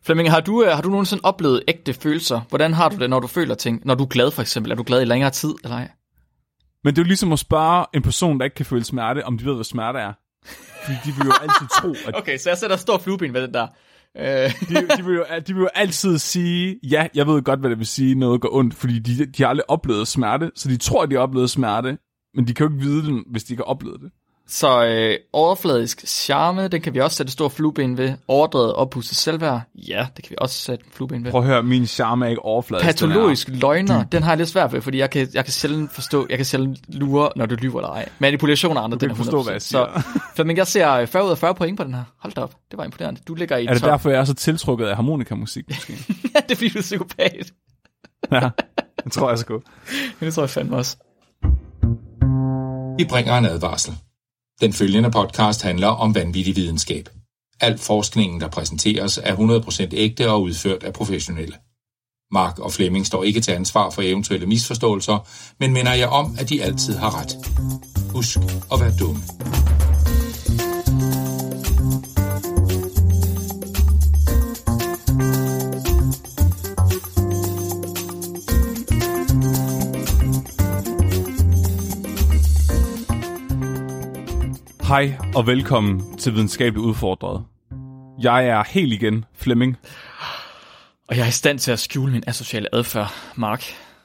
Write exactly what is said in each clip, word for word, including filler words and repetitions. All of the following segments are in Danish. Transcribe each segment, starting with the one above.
Flemming, har du, har du nogensinde oplevet ægte følelser? Hvordan har du det, når du føler ting? Når du er glad, for eksempel. Er du glad i længere tid, eller ej? Men det er jo ligesom at spørge en person, der ikke kan føle smerte, om de ved, hvad smerte er. Fordi de vil jo altid tro, at... Okay, så jeg sætter stor flueben ved den der. de, de, vil jo, de vil jo altid sige, ja, jeg ved godt, hvad det vil sige, noget går ondt, fordi de, de har aldrig oplevet smerte, så de tror, at de har oplevet smerte, men de kan jo ikke vide det, hvis de ikke har oplevet det. Så øh, overfladisk charme, den kan vi også sætte stor flueben ved. Overdrevet oppustet selvværd, ja, det kan vi også sætte flueben ved. Prøv at høre, min charme er ikke overfladisk. Patologisk løgner, den har jeg lidt svært ved, fordi jeg kan, jeg kan sjældent forstå, jeg kan sjældent lure, når du lyver eller ej. Manipulation af andre, den er hundrede procent. Forstå, hvad jeg siger. Så Flemming, jeg ser fyrre ud af fyrre point på den her. Hold da op, det var imponerende. Du ligger i Er det top. derfor, jeg er så tiltrukket af harmonikamusik, måske? Ja, det er fordi, du er psykopat. Ja, det tror jeg sgu. Det tror jeg fandme også. Vi bringer en advarsel. Den følgende podcast handler om vanvittig videnskab. Al forskningen, der præsenteres, er hundrede procent ægte og udført af professionelle. Mark og Flemming står ikke til ansvar for eventuelle misforståelser, men minder jer om, at de altid har ret. Husk at være dumme. Hej og velkommen til Videnskabeligt Udfordret. Jeg er helt igen, Flemming. Og jeg er i stand til at skjule min asociale adfærd, Mark.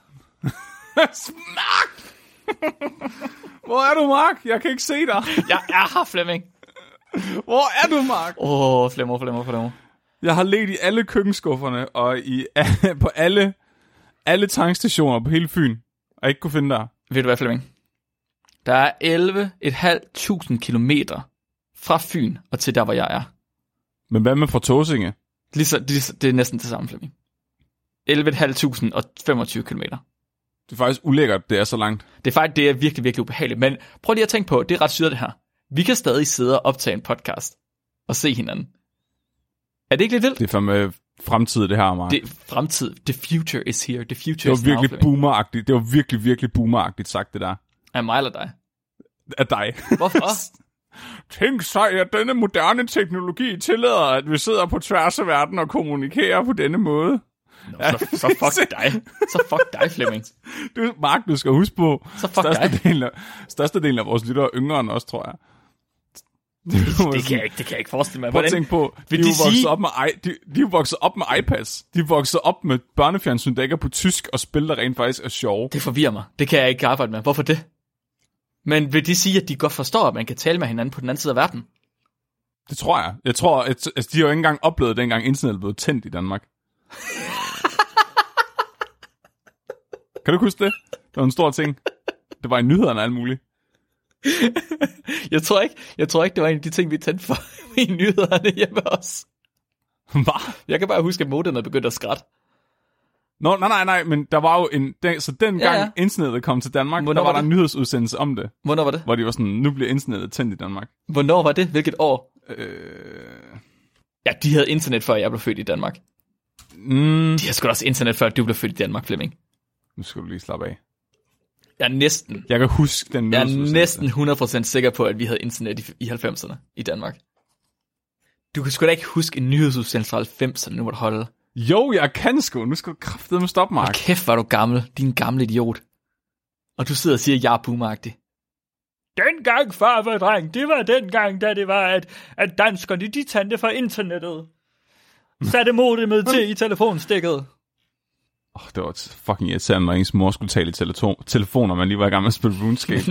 Mark! Hvor er du, Mark? Jeg kan ikke se dig. Jeg er her, Flemming. Hvor er du, Mark? Åh, oh, Flemmer, Flemmer, Flemmer. Jeg har let i alle køkkenskufferne og i, på alle, alle tankstationer på hele Fyn, og ikke kunne finde dig. Ved du hvad, Flemming? Der er elleve tusind fem hundrede kilometer fra Fyn og til der, hvor jeg er. Men hvad med fra Tåsinge? Lige så, det er næsten det samme, Flemming. elleve tusind fem hundrede femogtyve kilometer. Det er faktisk ulækkert, det er så langt. Det er faktisk det er virkelig, virkelig ubehageligt. Men prøv lige at tænke på, det er ret syret det her. Vi kan stadig sidde og optage en podcast og se hinanden. Er det ikke lidt vildt? Det er fandme fremtid, det her, Mark. Det er fremtid. The future is here. The future det var is virkelig now, boomeragtigt. Det var virkelig, virkelig boomeragtigt sagt, det der. Er mig eller dig? Af dig. Hvorfor? Tænk så, at denne moderne teknologi tillader, at vi sidder på tværs af verden og kommunikerer på denne måde. Nå, så, så fuck dig. Så fuck dig, Flemming. Du, Mark, du skal huske på, så fuck størstedelen af, størstedelen af vores lyttere er yngre end os, tror jeg. Det, det, det, kan jeg ikke, det kan jeg ikke forestille mig. Prøv at tænke på, de, de, er sige... op med, de, de er vokset op med iPads. De er vokset op med børnefjernsyn, der ikke er på tysk, og spil, der rent faktisk er sjove. Det forvirrer mig. Det kan jeg ikke arbejde med. Hvorfor det? Men vil de sige, at de godt forstår, at man kan tale med hinanden på den anden side af verden? Det tror jeg. Jeg tror, at altså, de har jo ikke engang oplevet, dengang internet blev tændt i Danmark. Kan du huske det? Det var en stor ting. Det var i nyhederne og alt muligt. jeg tror ikke, jeg tror ikke, det var en af de ting, vi tændte for i nyhederne hjemme også. Hvad? Jeg kan bare huske, at modemet begyndte at skrætte. Nå, nej, nej, nej, men der var jo en... Den, så dengang ja, ja. internettet kom til Danmark, Hvornår der var, var der en nyhedsudsendelse om det. Hvornår var det? Hvor de var sådan, nu bliver internettet tændt i Danmark. Hvornår var det? Hvilket år? Øh... Ja, de havde internet, før jeg blev født i Danmark. Mm. De har sgu da også internet, før du blev født i Danmark, Flemming. Nu skal du lige slappe af. Jeg er næsten... Jeg kan huske den Jeg er næsten hundrede procent sikker på, at vi havde internet i, i halvfemserne i Danmark. Du kan sgu da ikke huske en nyhedsudsendelse fra halvfemserne, nu må du holde. Jo, jeg kan sgu. Nu skal du kraftedeme stoppe, Mark. Og kæft, var du gammel. Din gamle idiot. Og du sidder og siger, at jeg er boomeragtig. Dengang far var dreng, det var dengang, da det var, at, at danskerne, de tændte for internettet. Satte modemet til i telefonstikket. Åh, oh, det var fucking irriterende, når ens mor skulle tale i teleton- telefoner, man lige var i gang med at spille RuneScape.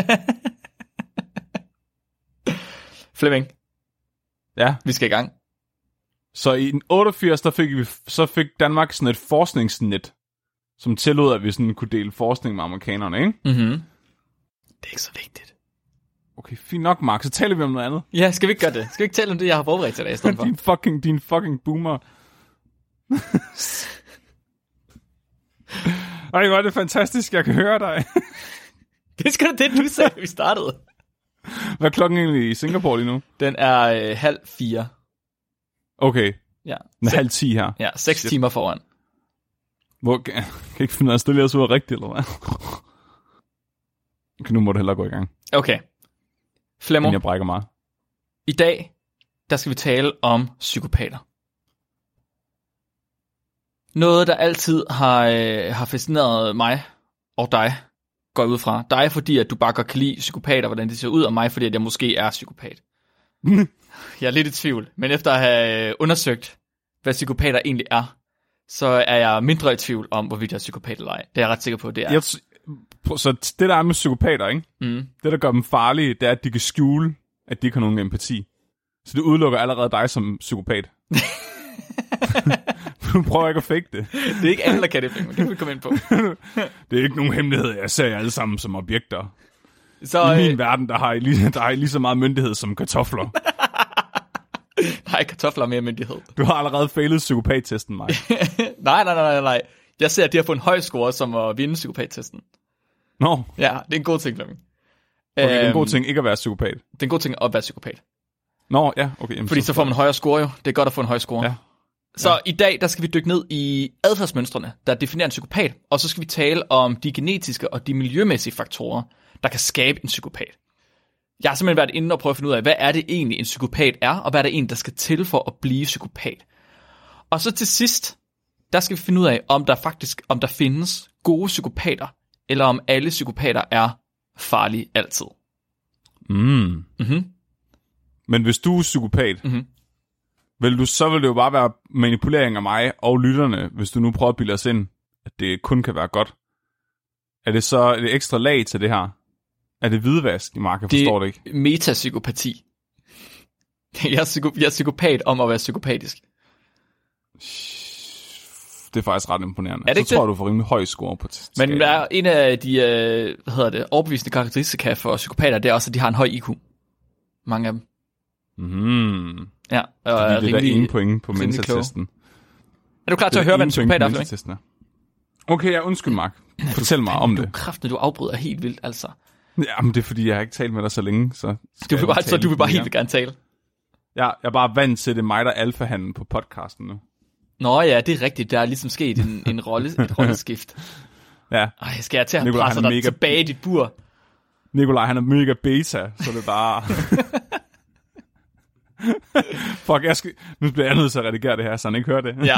Flemming. Ja? Vi skal i gang. Så i otteogfirs, der fik vi, så fik Danmark sådan et forskningsnet, som tillod, at vi sådan kunne dele forskning med amerikanerne, ikke? Mhm. Det er ikke så vigtigt. Okay, fint nok, Mark. Så taler vi om noget andet. Ja, skal vi ikke gøre det? Skal vi ikke tale om det, jeg har forberedt til dig i stedet for? din fucking, din fucking boomer. Ej, hvor er det fantastisk, jeg kan høre dig. Det er sgu da det, du sagde, vi startede. Hvad er klokken egentlig i Singapore lige nu? Den er øh, halv fire. Okay. Ja. Den er halv ti her. Ja, seks Shit. timer foran. Hvor, kan jeg ikke finde ud af at stille os ud rigtigt, eller hvad? Okay, nu må du hellere gå i gang. Okay. Flemmer. Jeg brækker mig. I dag, der skal vi tale om psykopater. Noget, der altid har, øh, har fascineret mig og dig, går jeg ud fra. Dig, fordi at du bare godt kan lide psykopater, hvordan de ser ud, og mig, fordi at jeg måske er psykopat. Jeg er lidt i tvivl, men efter at have undersøgt, hvad psykopater egentlig er, så er jeg mindre i tvivl om, hvorvidt jeg er psykopat eller ej. Det er jeg ret sikker på, det er. Jeg t- så det, der er med psykopater, ikke? Mm. Det, der gør dem farlige, det er, at de kan skjule, at de ikke har nogen empati. Så det udelukker allerede dig som psykopat. Du prøver ikke at fake det. Det er ikke alle, der kan det, men det kan vi komme ind på. Det er ikke nogen hemmelighed. Jeg ser jer alle sammen som objekter. Så, I min øh... verden, der har, I lige, der har I lige så meget myndighed som kartofler. Nej, kartofler er mere myndighed. Du har allerede failet psykopat-testen, mig. nej, nej, nej, nej. Jeg ser, at de har fået en høj score som at vinde psykopat-testen. Nå. Ja, det er en god ting, Flemming. Okay, det er en god ting ikke at være psykopat. Det er en god ting at være psykopat. Nå, ja, okay. Jamen, fordi så får man en højere score jo. Det er godt at få en høj score. Ja. Så ja. i dag, der skal vi dykke ned i adfærdsmønstrene, der definerer en psykopat. Og så skal vi tale om de genetiske og de miljømæssige faktorer, der kan skabe en psykopat. Jeg har simpelthen været inde og prøve at finde ud af, hvad er det egentlig en psykopat er, og hvad er det egentlig, der skal til for at blive psykopat. Og så til sidst, der skal vi finde ud af, om der faktisk om der findes gode psykopater, eller om alle psykopater er farlige altid. Mm. Mm-hmm. Men hvis du er psykopat, mm-hmm. vil du, så vil det jo bare være manipulering af mig og lytterne, hvis du nu prøver at bilde os ind, at det kun kan være godt. Er det så et ekstra lag til det her? Er det hvidvask, Mark? Jeg forstår det ikke. Det er metapsykopati. Jeg er, psyko- jeg er psykopat om at være psykopatisk. Det er faktisk ret imponerende. Er det ikke så tror det? jeg, du får rimelig høj score på t- Men er en af de øh, hvad hedder det, overbevisende karakteristika for psykopater, det er også, at de har en høj I Q. Mange af dem. Mm. Ja, og det er rimelig, der ene point på mensatesten. Er du klar til at høre, hvad en psykopat er, Flemming? Okay, ja, undskyld, Mark. Fortæl mig om du, det. Du kræfter, du afbryder helt vildt, altså. Jamen, det er fordi, jeg har ikke talt med dig så længe, så... Du vil bare, så du vil bare helt vildt gerne tale? Ja, jeg er bare vant til, det er mig, der er alfahanden på podcasten nu. Nå ja, det er rigtigt. Der er ligesom sket en, en rolle, et rolleskift. Ja. Ej, skal jeg til at Nikolaj, presse dig mega... tilbage i dit bur? Nikolaj, han er mega beta, så det er bare... Fuck, jeg skal... Nu bliver jeg nødt til at redigere det her, så han ikke hører det. Ja.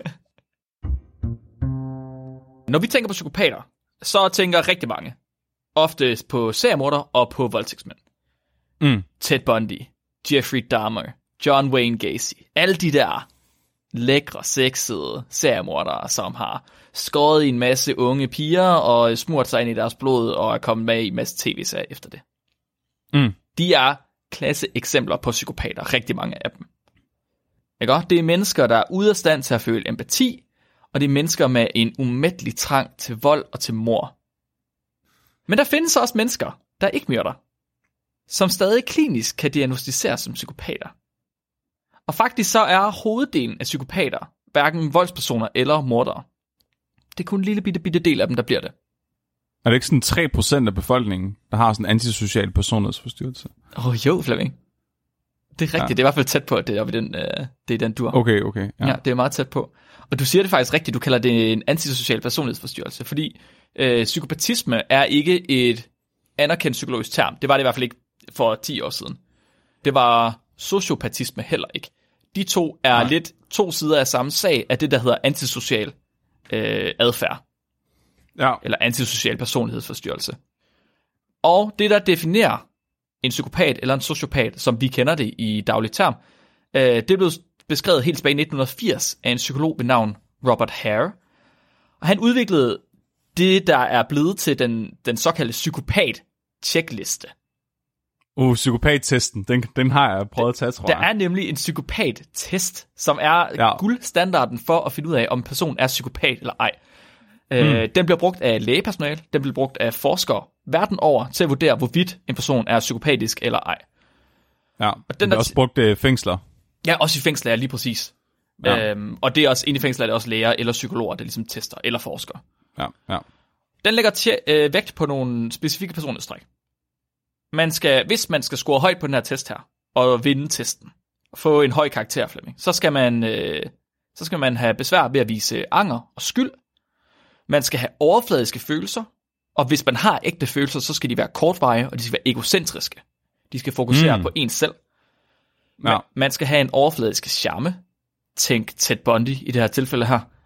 Når vi tænker på psykopater, så tænker rigtig mange ofte på seriemordere og på voldtægtsmænd. Mm. Ted Bundy, Jeffrey Dahmer, John Wayne Gacy. Alle de der lækre, sexede seriemordere, som har skåret i en masse unge piger og smurt sig ind i deres blod og er kommet med i en masse tv-serier efter det. Mm. De er klasse eksempler på psykopater, rigtig mange af dem. Ikke? Det er mennesker, der er ude af stand til at føle empati, og det er mennesker med en umættelig trang til vold og til mord. Men der findes også mennesker, der ikke myrder, som stadig klinisk kan diagnosticeres som psykopater. Og faktisk så er hoveddelen af psykopater hverken voldspersoner eller mordere. Det er kun en lille bitte, bitte del af dem, der bliver det. Er det ikke sådan tre procent af befolkningen, der har sådan en antisocial personlighedsforstyrrelse? Åh oh, jo, Flemming. Det er rigtigt, ja. Det er i hvert fald tæt på, at det er, den, øh, det er den dur. Okay, okay. Ja. ja, det er meget tæt på. Og du siger det faktisk rigtigt, du kalder det en antisocial personlighedsforstyrrelse, fordi øh, psykopatisme er ikke et anerkendt psykologisk term. Det var det i hvert fald ikke for ti år siden. Det var sociopatisme heller ikke. De to er Nej. lidt to sider af samme sag af det, der hedder antisocial øh, adfærd. Ja. Eller antisocial personlighedsforstyrrelse. Og det, der definerer en psykopat eller en sociopat, som vi kender det i daglig term, øh, det blev beskrevet helt tilbage i nitten firs af en psykolog ved navn Robert Hare. Og han udviklede det, der er blevet til den, den såkaldte psykopat-checkliste. Uh, psykopat-testen, den, den har jeg prøvet at tage, tror der jeg. Der er nemlig en psykopat-test, som er ja. guldstandarden for at finde ud af, om en person er psykopat eller ej. Hmm. Øh, den bliver brugt af lægepersonale, den bliver brugt af forskere verden over til at vurdere, hvorvidt en person er psykopatisk eller ej. Ja, og den, den er også brugt i fængsler. Ja, også i fængsler, lige præcis. Ja. Øhm, og det er også, inde i fængsler er det også læger eller psykologer, der ligesom tester, eller forskere. Ja, ja. Den lægger tje- øh, vægt på nogle specifikke personlighedstræk. Man skal, hvis man skal score højt på den her test her, og vinde testen, og få en høj karakter, Flemming, så skal man, øh, så skal man have besvær ved at vise anger og skyld. Man skal have overfladiske følelser, og hvis man har ægte følelser, så skal de være kortvarige, og de skal være egocentriske. De skal fokusere mm. på ens selv. Ja. Man, man skal have en overfladisk charme. Tænk Ted Bundy i det her tilfælde her.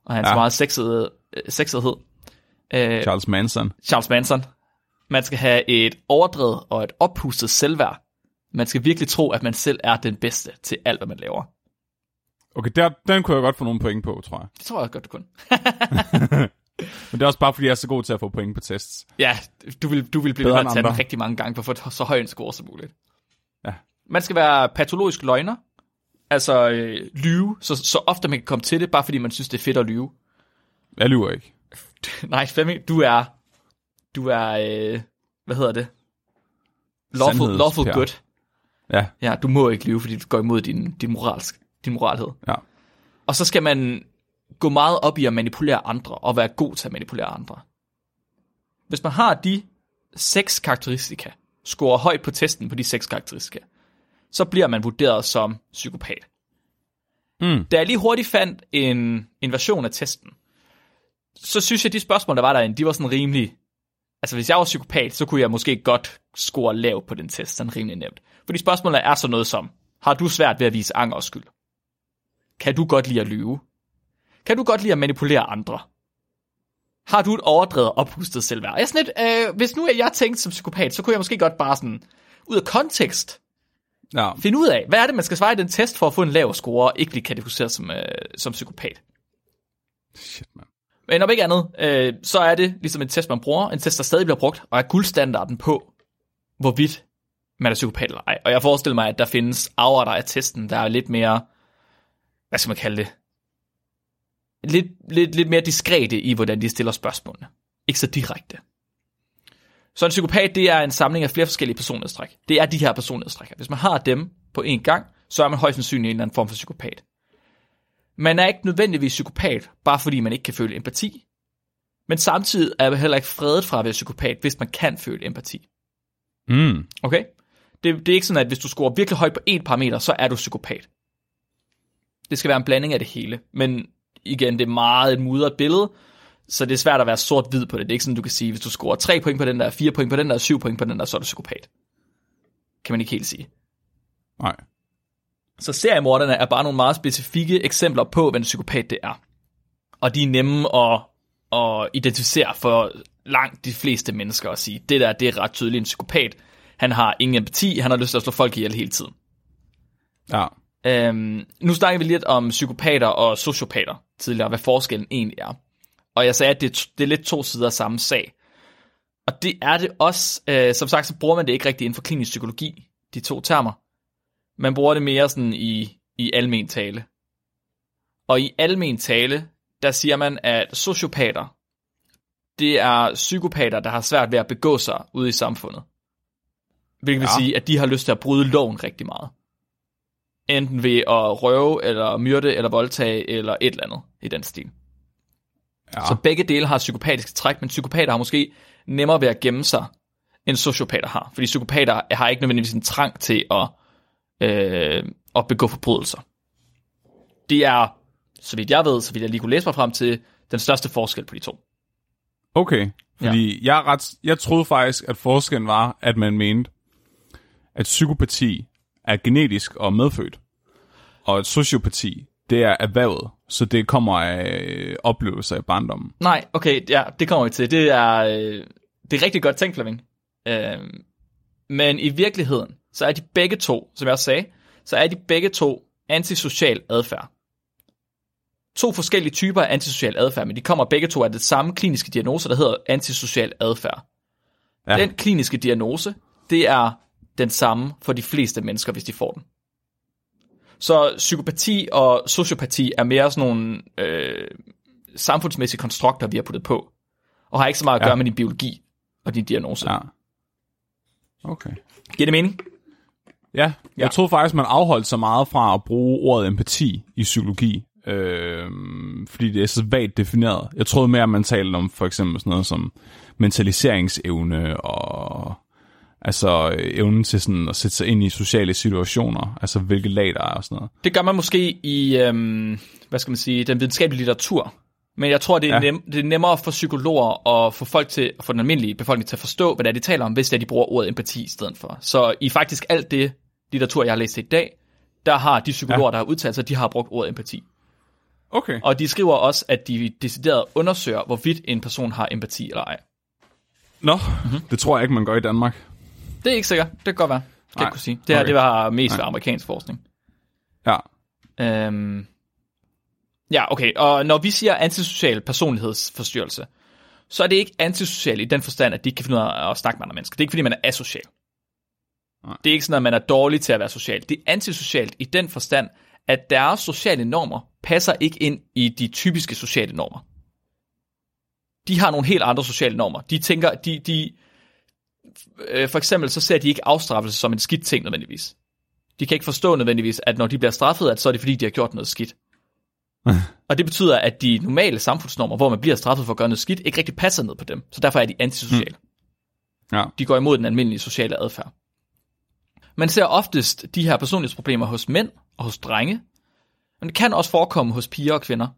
og hans ja. meget sexede, sexethed. Øh, Charles Manson. Charles Manson. Man skal have et overdrevet og et oppustet selvværd. Man skal virkelig tro, at man selv er den bedste til alt, hvad man laver. Okay, der, den kunne jeg godt få nogle point på, tror jeg. Det tror jeg godt, du kunne. Men det er også bare, fordi jeg er så god til at få point på tests. Ja, du vil, du vil blive ved med at tage den rigtig mange gange, for at få så høj en score som muligt. Ja. Man skal være patologisk løgner. Altså øh, lyve, så, så ofte man kan komme til det, bare fordi man synes, det er fedt at lyve. Jeg lyver ikke. Nej, Flemming, du er, du er, øh, hvad hedder det? Lawful, lawful good. Ja. Ja, du må ikke lyve, fordi du går imod din, din, moralsk, din moralhed. Ja. Og så skal man gå meget op i at manipulere andre, og være god til at manipulere andre. Hvis man har de seks karakteristika, scorer højt på testen på de seks karakteristika, så bliver man vurderet som psykopat. Mm. Da jeg lige hurtigt fandt en, en version af testen, så synes jeg, at de spørgsmål, der var derinde, de var sådan rimelig... Altså, hvis jeg var psykopat, så kunne jeg måske godt score lavt på den test, sådan rimelig nemt. Fordi spørgsmålene er sådan noget som, har du svært ved at vise anger og skyld? Kan du godt lide at lyve? Kan du godt lide at manipulere andre? Har du et overdrevet oppustet selvværd? Jeg sådan lidt, øh, hvis nu er jeg tænkt som psykopat, så kunne jeg måske godt bare sådan, ud af kontekst, ja. finde ud af, hvad er det, man skal svare i den test for at få en lav score, og ikke blive kategoriseret som, øh, som psykopat. Shit, man. Men om ikke andet, øh, så er det ligesom en test, man bruger, en test, der stadig bliver brugt, og er guldstandarden på, hvorvidt man er psykopat eller ej. Og jeg forestiller mig, at der findes afarter af testen, der er lidt mere, hvad skal man kalde det, lidt, lidt, lidt mere diskrete i, hvordan de stiller spørgsmålene. Ikke så direkte. Så en psykopat, det er en samling af flere forskellige personlighedstræk. Det er de her personlighedstræk. Hvis man har dem på en gang, så er man højst sandsynligt en eller anden form for psykopat. Man er ikke nødvendigvis psykopat, bare fordi man ikke kan føle empati. Men samtidig er man heller ikke fredet fra at være psykopat, hvis man kan føle empati. Mm. Okay? Det, det er ikke sådan, at hvis du scorer virkelig højt på én parameter, så er du psykopat. Det skal være en blanding af det hele. Men igen, det er meget et mudret billede, så det er svært at være sort-hvid på det. Det er ikke sådan, du kan sige, hvis du scorer tre point på den der, fire point på den der, syv point på den der, så er du psykopat. Kan man ikke helt sige. Nej. Så seriemorderne er bare nogle meget specifikke eksempler på, hvad en psykopat det er. Og de er nemme at, at identificere for langt de fleste mennesker at sige, det der, det er ret tydeligt en psykopat. Han har ingen empati, han har lyst til at slå folk ihjel hele tiden. Ja. Øhm, nu snakker vi lidt om psykopater og sociopater tidligere, hvad forskellen egentlig er. Og jeg sagde, at det, det er lidt to sider af samme sag. Og det er det også. Øh, som sagt, så bruger man det ikke rigtig inden for klinisk psykologi, de to termer. Man bruger det mere sådan i, i almen tale. Og i almen tale, der siger man, at sociopater, det er psykopater, der har svært ved at begå sig ude i samfundet. Hvilket ja. vil sige, at de har lyst til at bryde loven rigtig meget. Enten ved at røve, eller myrde, eller voldtage, eller et eller andet i den stil. Ja. Så begge dele har psykopatiske træk, men psykopater har måske nemmere ved at gemme sig, end sociopater har. Fordi psykopater har ikke nødvendigvis en trang til at, øh, at begå forbrydelser. Det er, så vidt jeg ved, så vidt jeg lige kunne læse mig frem til, den største forskel på de to. Okay, fordi ja. jeg, ret, jeg troede faktisk, at forskellen var, at man mente, at psykopati er genetisk og medfødt, og at sociopati, det er erhvervet, så det kommer af oplevelser i barndommen. Nej, okay, ja, det kommer vi til. Det er, øh, det er rigtig godt tænkt, Flemming. Øh, men i virkeligheden, så er de begge to, som jeg også sagde, så er de begge to antisocial adfærd. To forskellige typer af antisocial adfærd, men de kommer begge to af det samme kliniske diagnose, der hedder antisocial adfærd. Ja. Den kliniske diagnose, det er den samme for de fleste mennesker, hvis de får den. Så psykopati og sociopati er mere sådan nogle øh, samfundsmæssige konstrukter, vi har puttet på, og har ikke så meget at gøre ja. med din biologi og din diagnose. Ja. Okay. Giver det mening? Ja, jeg ja. troede faktisk, man afholdt så meget fra at bruge ordet empati i psykologi, øh, fordi det er så vagt defineret. Jeg troede mere, at man talte om for eksempel sådan noget som mentaliseringsevne og altså evnen til sådan at sætte sig ind i sociale situationer, altså hvilke lag der er og sådan noget. Det gør man måske i, øhm, hvad skal man sige, den videnskabelige litteratur. Men jeg tror, det er, ja. nem, det er nemmere for psykologer at få folk til, for den almindelige befolkning til at forstå, hvad det er, de taler om, hvis det er, de bruger ordet empati i stedet for. Så i faktisk alt det litteratur, jeg har læst i dag, der har de psykologer, ja. der har udtalt sig, de har brugt ordet empati. Okay. Og de skriver også, at de decideret undersøger, hvorvidt en person har empati eller ej. Nå, mm-hmm. Det tror jeg ikke, man gør i Danmark. Det er ikke sikkert. Det kan godt være. Skal jeg kunne sige. Det her, okay. Det var mest for amerikansk forskning. Ja. Øhm. Ja, okay. Og når vi siger antisocial personlighedsforstyrrelse, så er det ikke antisocial i den forstand, at de ikke kan finde ud af at snakke med andre mennesker. Det er ikke, fordi man er asocial. Nej. Det er ikke sådan, at man er dårlig til at være social. Det er antisocialt i den forstand, at deres sociale normer passer ikke ind i de typiske sociale normer. De har nogle helt andre sociale normer. De tænker, de, de øh, for eksempel så ser de ikke afstraffelse som en skidt ting nødvendigvis. De kan ikke forstå nødvendigvis, at når de bliver straffet, at så er det fordi, de har gjort noget skidt. Og det betyder, at de normale samfundsnormer, hvor man bliver straffet for at gøre noget skidt, ikke rigtig passer ned på dem. Så derfor er de antisociale. Mm. Ja. De går imod den almindelige sociale adfærd. Man ser oftest de her personlighedsproblemer hos mænd og hos drenge, men det kan også forekomme hos piger og kvinder.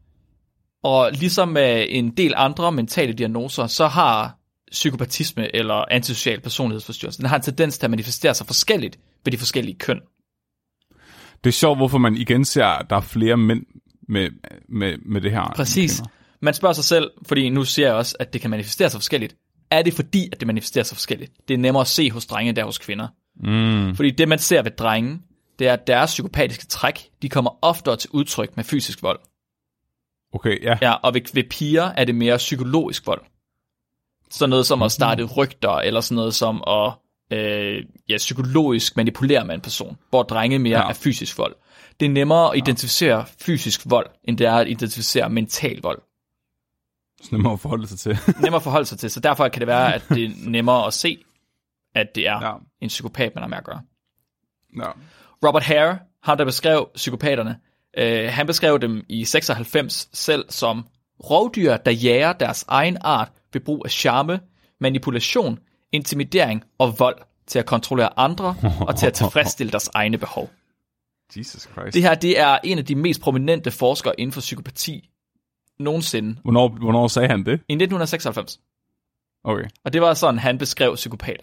Og ligesom med en del andre mentale diagnoser, så har psykopatisme eller antisocial personlighedsforstyrrelse, den har en tendens til at manifestere sig forskelligt ved de forskellige køn. Det er sjovt, hvorfor man igen ser, at der er flere mænd med, med, med det her. Præcis. Man spørger sig selv, fordi nu ser jeg også, at det kan manifestere sig forskelligt. Er det fordi, at det manifesterer sig forskelligt? Det er nemmere at se hos drenge, der hos kvinder. Mm. Fordi det, man ser ved drenge, det er, at deres psykopatiske træk, de kommer oftere til udtryk med fysisk vold. Okay, ja. Ja, og ved, ved piger er det mere psykologisk vold. Sådan noget som at starte rygter, eller sådan noget som at øh, ja, psykologisk manipulere med en person, hvor drenge mere ja. er fysisk vold. Det er nemmere at identificere fysisk vold, end det er at identificere mental vold. Så nemmere at forholde sig til. Nemmere at forholde sig til, så derfor kan det være, at det er nemmere at se, at det er ja. en psykopat, man har med at gøre. Ja. Robert Hare, ham der beskrev psykopaterne, øh, han beskrev dem i seksoghalvfems selv som rovdyr, der jager deres egen art ved brug af charme, manipulation, intimidering og vold til at kontrollere andre og til at tilfredsstille deres egne behov. Jesus Christ. Det her, det er en af de mest prominente forskere inden for psykopati nogensinde. Hvornår, hvornår sagde han det? I nitten seksoghalvfems. Okay. Og det var sådan, han beskrev psykopater.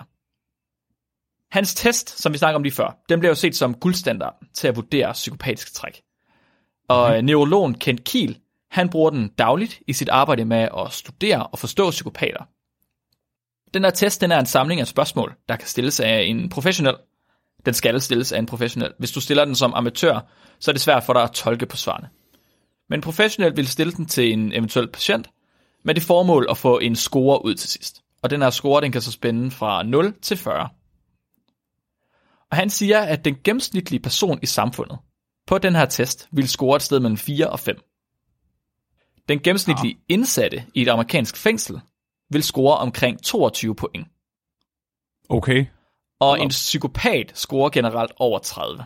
Hans test, som vi snakkede om lige før, den blev jo set som guldstandard til at vurdere psykopatiske træk. Og mm. neurologen Kent Kiel, han bruger den dagligt i sit arbejde med at studere og forstå psykopater. Den her test, den er en samling af spørgsmål, der kan stilles af en professionel. Den skal stilles af en professionel. Hvis du stiller den som amatør, så er det svært for dig at tolke på svarene. Men en professionel vil stille den til en eventuel patient, med det formål at få en score ud til sidst. Og den her score, den kan så spænde fra nul til fyrre. Og han siger, at den gennemsnitlige person i samfundet på den her test vil score et sted mellem fire og fem. Den gennemsnitlige ja. indsatte i et amerikansk fængsel vil score omkring toogtyve point. Okay. Og en psykopat scorer generelt over tredive.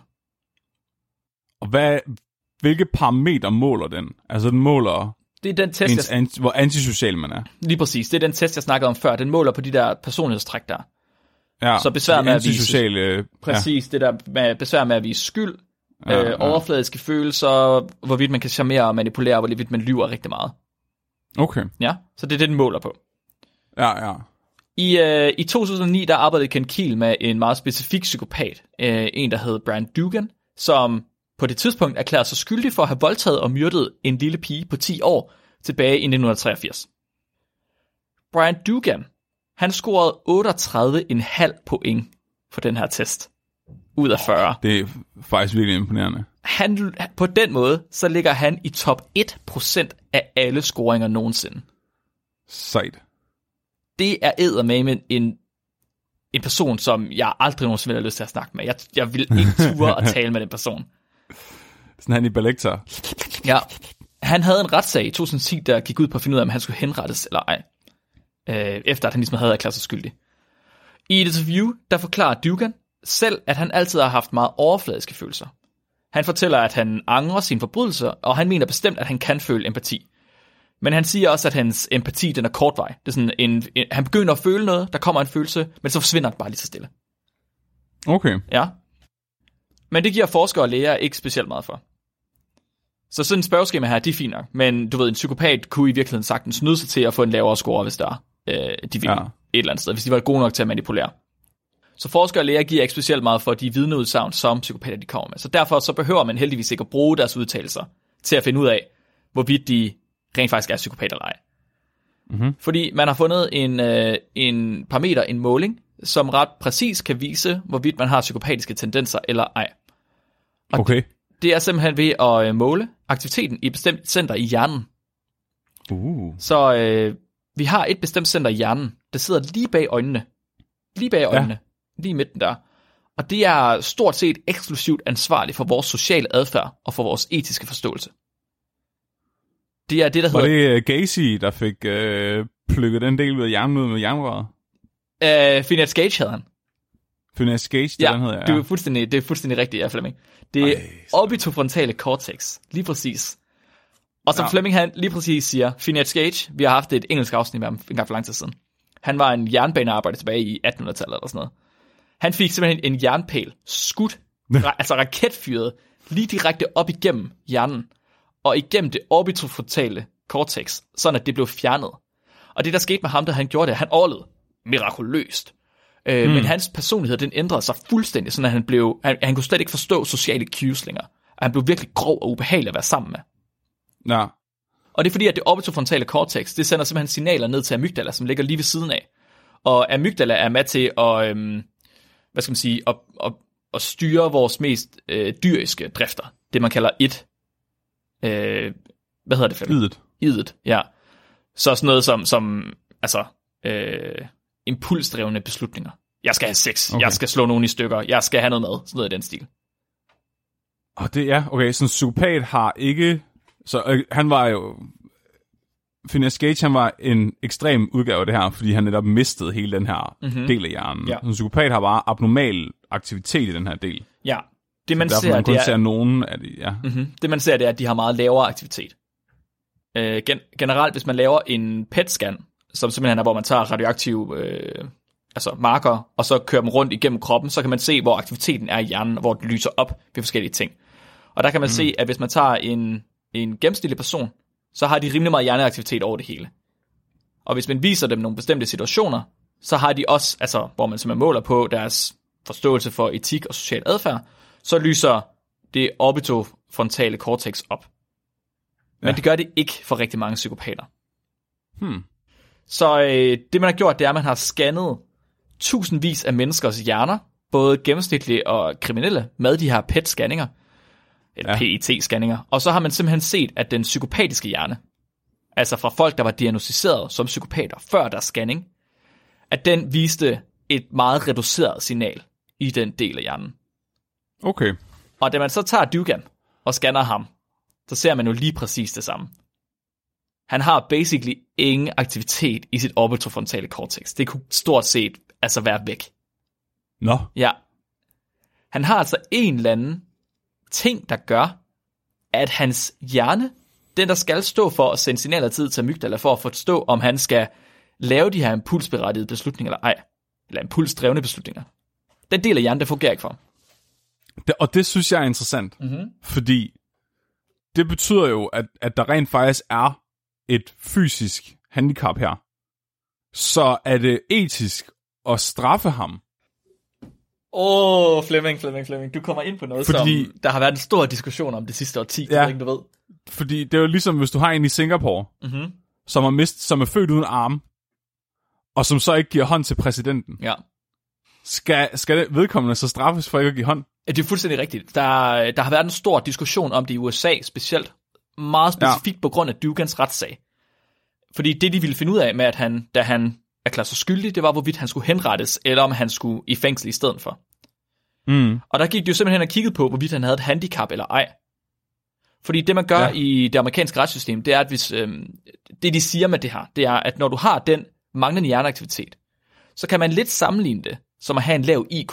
Og hvad, hvilke parametre måler den? Altså den måler, det er den test, ens, jeg... hvor antisocial man er. Lige præcis, det er den test, jeg snakkede om før. Den måler på de der personlighedstræk der. Ja, så besvær med at vise, øh, præcis, ja. det der med besvær med at vise skyld, ja, øh, ja. overfladiske følelser, hvorvidt man kan charmere og manipulere, hvorvidt man lyver rigtig meget. Okay. Ja, så det er det, den måler på. Ja, ja. I, øh, i to tusind og ni, der arbejdede Ken Kiel med en meget specifik psykopat, øh, en der hed Brian Dugan, som på det tidspunkt erklærede sig skyldig for at have voldtaget og myrdet en lille pige på ti år tilbage i nitten treogfirs. Brian Dugan, han scorede otteogtredive komma fem point på den her test. Ud af fyrre. Det er faktisk virkelig imponerende. Han, på den måde, så ligger han i top en procent af alle scoringer nogensinde. Sejt. Det er eddermame en, en person, som jeg aldrig nogensinde har lyst til at snakke med. Jeg, jeg vil ikke ture at tale med den person. Sådan han i Balektor. Ja. Han havde en retssag i to tusind og ti, der gik ud på at finde ud af, om han skulle henrettes eller ej. Øh, efter at han ligesom havde erklæret sig skyldig. I et interview, der forklarer Dugan selv, at han altid har haft meget overfladiske følelser. Han fortæller, at han angrer sine forbrydelser, og han mener bestemt, at han kan føle empati. Men han siger også, at hans empati, den er kortvej. Det er sådan en, en, han begynder at føle noget, der kommer en følelse, men så forsvinder den bare lige så stille. Okay. Ja. Men det giver forskere og læger ikke specielt meget for. Så sådan en spørgeskema her, de er fint nok. Men du ved, en psykopat kunne i virkeligheden sagtens snyde sig til at få en lavere score, hvis der øh, de ville ja. et eller andet sted, hvis de var gode nok til at manipulere. Så forskere og læger giver ikke specielt meget for de vidneudsagn, som psykopater de kommer med. Så derfor så behøver man heldigvis ikke at bruge deres udtalelser til at finde ud af, hvorvidt de rent faktisk er psykopater eller ej. Mm-hmm. Fordi man har fundet en, øh, en parameter, en måling, som ret præcis kan vise, hvorvidt man har psykopatiske tendenser eller ej. Og Okay. det, det er simpelthen ved at øh, måle aktiviteten i et bestemt center i hjernen. Uh. Så øh, vi har et bestemt center i hjernen, der sidder lige bag øjnene. Lige bag øjnene. Ja. Lige i midten der. Og det er stort set eksklusivt ansvarligt for vores sociale adfærd og for vores etiske forståelse. Det er det, der Var hedder... det uh, Gacy, der fik uh, plukket den del ud af hjernen ud med jernrøret? Uh, Phineas Gage havde han. Phineas Gage, det Ja, den hedder, ja. det er fuldstændig, det er fuldstændig rigtigt, ja, Flemming. Det er Ej, orbitofrontale cortex, lige præcis. Og som Ja. Flemming han lige præcis siger, Phineas Gage, vi har haft et engelsk afsnit med ham en gang for lang tid siden. Han var en jernbanearbejder tilbage i attenhundredetallet eller sådan noget. Han fik simpelthen en jernpæl skudt, ra- altså raketfyret, lige direkte op igennem hjernen, og igennem det orbitofrontale cortex, sådan at det blev fjernet. Og det, der skete med ham, da han gjorde det, han overlevede mirakuløst. Øh, mm. Men hans personlighed, den ændrede sig fuldstændig, sådan at han blev, han, han kunne slet ikke forstå sociale cues længere. Han blev virkelig grov og ubehagelig at være sammen med. Ja. Og det er fordi, at det orbitofrontale cortex, det sender simpelthen signaler ned til amygdala, som ligger lige ved siden af. Og amygdala er med til at, øhm, hvad skal man sige, at, at, at styre vores mest øh, dyriske drifter. Det man kalder it. Øh, hvad hedder det, Flemming? Idet. Idet, ja. Så sådan noget som, som altså, øh, impulsdrevne beslutninger. Jeg skal have sex, okay. Jeg skal slå nogen i stykker, jeg skal have noget mad, sådan noget i den stil. Og det er, okay, så en psykopat har ikke, så øh, han var jo, Phineas Gage, han var en ekstrem udgave af det her, fordi han netop mistede hele den her mm-hmm. del af hjernen. Ja. Så en psykopat har bare abnormal aktivitet i den her del. Ja, det man så ser, man kun det er, ser nogen af de, ja. mm-hmm. det man ser, det er, at de har meget lavere aktivitet. Øh, gen- generelt, hvis man laver en P E T-scan, som simpelthen er, hvor man tager radioaktive øh, altså marker, og så kører dem rundt igennem kroppen, så kan man se, hvor aktiviteten er i hjernen, og hvor det lyser op ved forskellige ting. Og der kan man mm. se, at hvis man tager en, en gennemsnitlig person, så har de rimelig meget hjerneaktivitet over det hele. Og hvis man viser dem nogle bestemte situationer, så har de også, altså hvor man simpelthen måler på deres forståelse for etik og social adfærd, så lyser det orbitofrontale cortex op. Men ja. Det gør det ikke for rigtig mange psykopater. Hmm. Så øh, det man har gjort, det er, at man har scannet tusindvis af menneskers hjerner, både gennemsnitlige og kriminelle, med de her P E T-scanninger, eller ja. P E T-scanninger, og så har man simpelthen set, at den psykopatiske hjerne, altså fra folk, der var diagnosticeret som psykopater før deres scanning, at den viste et meget reduceret signal i den del af hjernen. Okay. Og da man så tager Dugan og scanner ham, så ser man jo lige præcis det samme. Han har basically ingen aktivitet i sit orbitofrontale cortex. Det kunne stort set altså være væk. Nå. Ja. Han har altså en eller anden ting, der gør, at hans hjerne, den der skal stå for at sende signaler tid til amygdala for at forstå, om han skal lave de her impulsberettigede beslutninger eller ej. Eller impulsdrevne beslutninger. Den del af hjernen, der fungerer ikke for ham. Det, og det synes jeg er interessant. Mm-hmm. Fordi det betyder jo, at, at der rent faktisk er et fysisk handicap her. Så er det etisk at straffe ham. Åh, oh, Flemming, Flemming, Flemming. Du kommer ind på noget, fordi, som der har været en stor diskussion om det sidste årti. Ja, ikke, du ved. Fordi det er jo ligesom, hvis du har en i Singapore, mm-hmm. som, er mist, som er født uden arm, og som så ikke giver hånd til præsidenten. Ja. Skal, skal det vedkommende så straffes for ikke at give hånd? Ja, det er fuldstændig rigtigt. Der, der har været en stor diskussion om det i U S A specielt. Meget specifikt ja. På grund af Dugans retssag. Fordi det, de ville finde ud af med, at han, da han erklærede sig skyldig, det var, hvorvidt han skulle henrettes, eller om han skulle i fængsel i stedet for. Mm. Og der gik de jo simpelthen og kiggede på, hvorvidt han havde et handicap eller ej. Fordi det, man gør ja. I det amerikanske retssystem, det er, at hvis, øhm, det, de siger med det her, det er, at når du har den manglende hjerneaktivitet, så kan man lidt sammenligne det, som at have en lav I Q.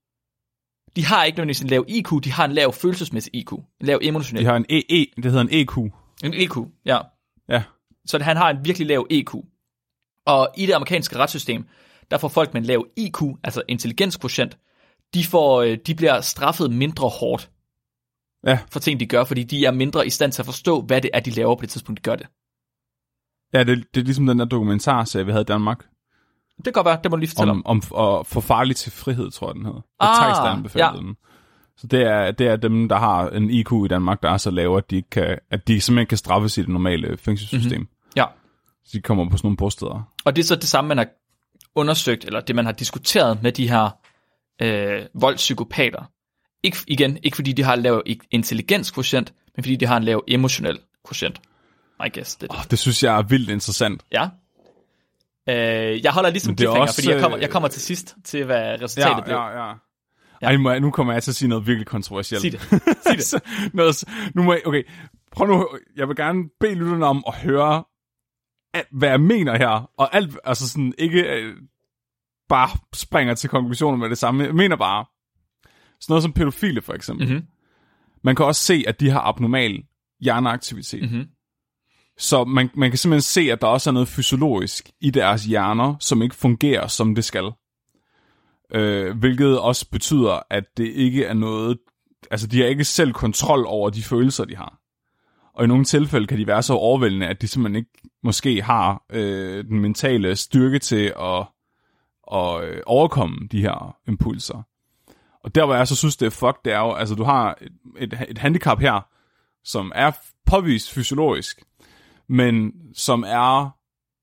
De har ikke nødvendigvis en lav I Q, de har en lav følelsesmæssig I Q. En lav emotionel. De har en E E, det hedder en E Q. En E Q, ja. Ja. Så han har en virkelig lav E Q. Og i det amerikanske retssystem, der får folk med en lav I Q, altså intelligenskvotient, de, får, de bliver straffet mindre hårdt ja. For ting, de gør, fordi de er mindre i stand til at forstå, hvad det er, de laver på det tidspunkt, de gør det. Ja, det, det er ligesom den der dokumentarserie, vi havde i Danmark. Det kan godt være, det må du lige fortælle om. Om, om at få farlig til frihed, tror jeg, den hedder. Ah, ja. Den. Så det er, det er dem, der har en I Q i Danmark, der er så lave, at de, kan, at de simpelthen kan straffes i det normale fængselssystem. Mm-hmm. Ja. Så de kommer på sådan nogle bosteder. Og det er så det samme, man har undersøgt, eller det man har diskuteret med de her øh, voldspsykopater. Ikke, igen, ikke fordi de har en lav intelligenskvotient, men fordi de har en lav emotionel kvotient. I guess. Det, oh, det synes jeg er vildt interessant. Ja. Øh, jeg holder ligesom cliffhanger, også, fordi jeg kommer, jeg kommer til sidst til, hvad resultatet ja, blev. Ja, ja. Ja. Ej, nu kommer jeg til at sige noget virkelig kontroversielt. Sig det. Sig det. noget, nu må jeg, okay, prøv nu, jeg vil gerne bede lytterne om at høre, at, hvad jeg mener her, og alt, altså sådan, ikke øh, bare springer til konklusioner med det samme. Jeg mener bare, sådan noget som pædofile for eksempel. Mm-hmm. Man kan også se, at de har abnormal hjerneaktivitet. Mm-hmm. Så man, man kan simpelthen se, at der også er noget fysiologisk i deres hjerner, som ikke fungerer, som det skal. Øh, hvilket også betyder, at det ikke er noget... Altså, de har ikke selv kontrol over de følelser, de har. Og i nogle tilfælde kan de være så overvældende, at de simpelthen ikke måske har øh, den mentale styrke til at, at øh, overkomme de her impulser. Og der, hvor jeg så synes, det er fuck, det er jo... Altså, du har et, et, et handicap her, som er påvist fysiologisk, men som er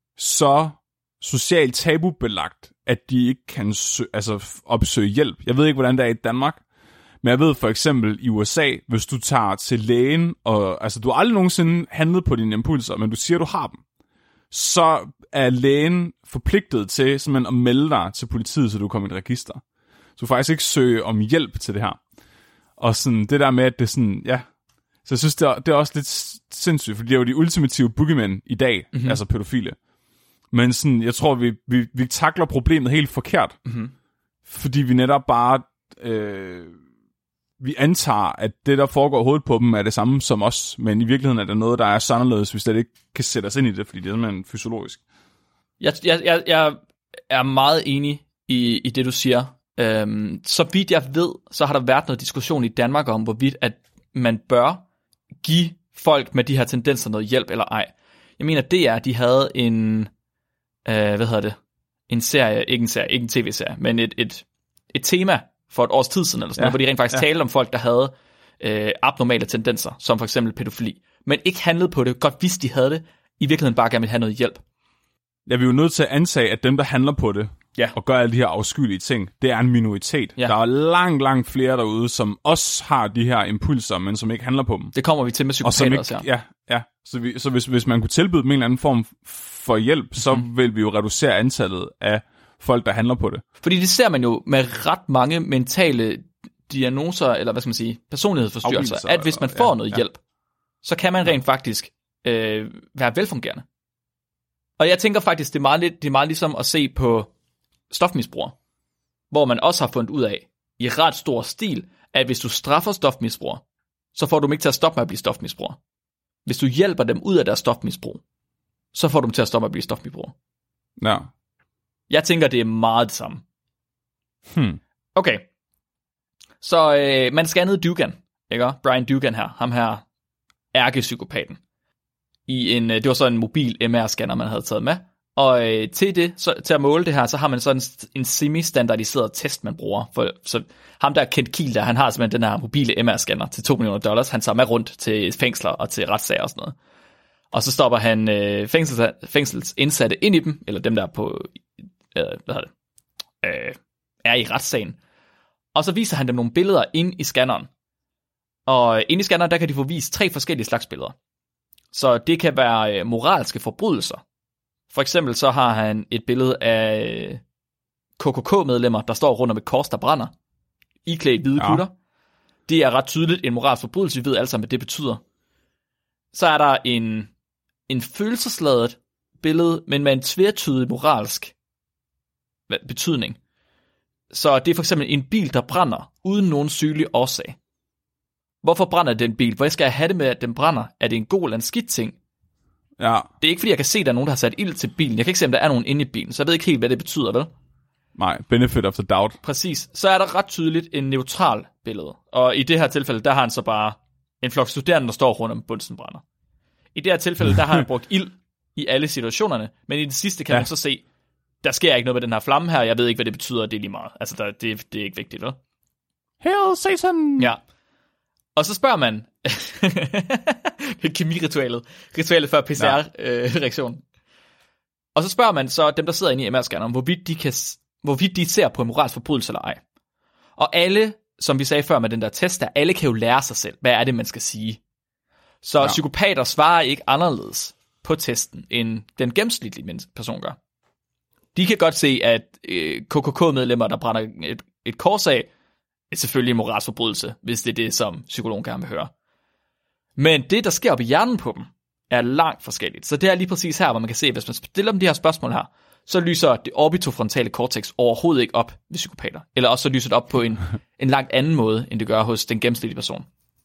så socialt tabubelagt, at de ikke kan sø- altså opsøge hjælp. Jeg ved ikke, hvordan det er i Danmark, men jeg ved for eksempel i U S A, hvis du tager til lægen, og altså du har aldrig nogensinde handlet på dine impulser, men du siger, du har dem, så er lægen forpligtet til simpelthen at melde dig til politiet, så du kommer i et register. Så du faktisk ikke søge om hjælp til det her. Og sådan det der med, at det er sådan, ja... Så jeg synes, det er, det er også lidt sindssygt, for det er jo de ultimative boogeymen i dag, mm-hmm. altså pædofile. Men sådan, jeg tror, vi, vi, vi takler problemet helt forkert, mm-hmm. fordi vi netop bare, øh, vi antager, at det, der foregår i hovedet på dem, er det samme som os, men i virkeligheden er det noget, der er så anderledes, hvis det ikke kan sætte os ind i det, fordi det er simpelthen fysiologisk. Jeg, jeg, jeg, jeg er meget enig i, i det, du siger. Øhm, så vidt jeg ved, så har der været noget diskussion i Danmark om, hvorvidt at man bør give folk med de her tendenser noget hjælp eller ej. Jeg mener, det er, at de havde en, øh, hvad hedder det, en serie, ikke en serie, ikke en tv-serie, men et, et, et tema for et års tid siden, eller sådan ja, noget, hvor de rent faktisk ja. talte om folk, der havde øh, abnormale tendenser, som for eksempel pædofili, men ikke handlede på det, godt vidste de havde det, i virkeligheden bare gerne ville have noget hjælp. Ja, vi er jo nødt til at antage, at dem, der handler på det, ja. og gør alle de her afskyelige ting, det er en minoritet. Ja. Der er langt, langt flere derude, som også har de her impulser, men som ikke handler på dem. Det kommer vi til med psykopater også, ja. Ja, ja. Så, vi, så hvis, hvis man kunne tilbyde dem en eller anden form for hjælp, mm-hmm. så vil vi jo reducere antallet af folk, der handler på det. Fordi det ser man jo med ret mange mentale diagnoser, eller hvad skal man sige, personlighedsforstyrrelser, Afviser, at hvis man får ja, noget ja. hjælp, så kan man rent faktisk øh, være velfungerende. Og jeg tænker faktisk, det er meget, det er meget ligesom at se på stofmisbrugere, hvor man også har fundet ud af, i ret stor stil, at hvis du straffer stofmisbrugere, så får du dem ikke til at stoppe med at blive stofmisbrugere. Hvis du hjælper dem ud af deres stofmisbrug, så får du dem til at stoppe med at blive stofmisbrugere. Ja. Jeg tænker, det er meget det samme. Hmm. Okay. Så øh, man scannede Dugan, ikke? Brian Dugan her, ham her ærkepsykopaten. I en, det var så en mobil M R-scanner, man havde taget med. Og øh, til det, så, til at måle det her, så har man sådan en, en semi-standardiseret test, man bruger. For, så ham der Kent Kiel, der, han har simpelthen den her mobile M R-scanner til to millioner dollars. Han tager med rundt til fængsler og til retssager og sådan noget. Og så stopper han øh, fængsels, fængselsindsatte ind i dem, eller dem der på, øh, hvad hedder det, øh, er i retssagen. Og så viser han dem nogle billeder ind i scanneren. Og inde i scanneren, der kan de få vist tre forskellige slags billeder. Så det kan være moralske forbrydelser. For eksempel så har han et billede af K K K-medlemmer, der står rundt om et kors, der brænder, iklædt hvide ja. kutter. Det er ret tydeligt en moralsk forbrydelse, vi ved alle sammen, hvad det betyder. Så er der en, en følelsesladet billede, men med en tvetydig moralsk betydning. Så det er for eksempel en bil, der brænder, uden nogen sygelig årsag. Hvorfor brænder den bil? Hvor skal jeg have det med, at den brænder? Er det en god eller en skidt ting? Ja. Det er ikke, fordi jeg kan se, at der er nogen, der har sat ild til bilen. Jeg kan ikke se, om der er nogen inde i bilen, så jeg ved ikke helt, hvad det betyder, vel? Nej, benefit of the doubt. Præcis. Så er der ret tydeligt en neutral billede. Og i det her tilfælde, der har han så bare en flok studerende, der står rundt om bunsen brænder. I det her tilfælde, der har han brugt ild i alle situationerne, men i det sidste kan ja. man så se, der sker ikke noget med den her flamme her, jeg ved ikke, hvad det betyder, det er lige meget. Altså, der, det, det er ikke vigtigt, vel? Hail Satan! Ja. Og så spørger man, det er kemiritualet, ritualet før P C R-reaktionen. Ja. Øh, og så spørger man så dem, der sidder inde i M R-scanneren, hvorvidt de, kan, hvorvidt de ser på en moralsk forbrydelse eller ej. Og alle, som vi sagde før med den der test der, alle kan jo lære sig selv, hvad er det, man skal sige. Så ja. Psykopater svarer ikke anderledes på testen, end den gennemsnitlige person gør. De kan godt se, at øh, K K K-medlemmer, der brænder et, et kors af, er selvfølgelig en moralsk forbrydelse, hvis det er det, som psykologen gerne vil høre. Men det, der sker op i hjernen på dem, er langt forskelligt. Så det er lige præcis her, hvor man kan se, at hvis man stiller dem de her spørgsmål her, så lyser det orbitofrontale cortex overhovedet ikke op ved psykopater. Eller også så lyser det op på en, en langt anden måde, end det gør hos den gennemsnitlige person.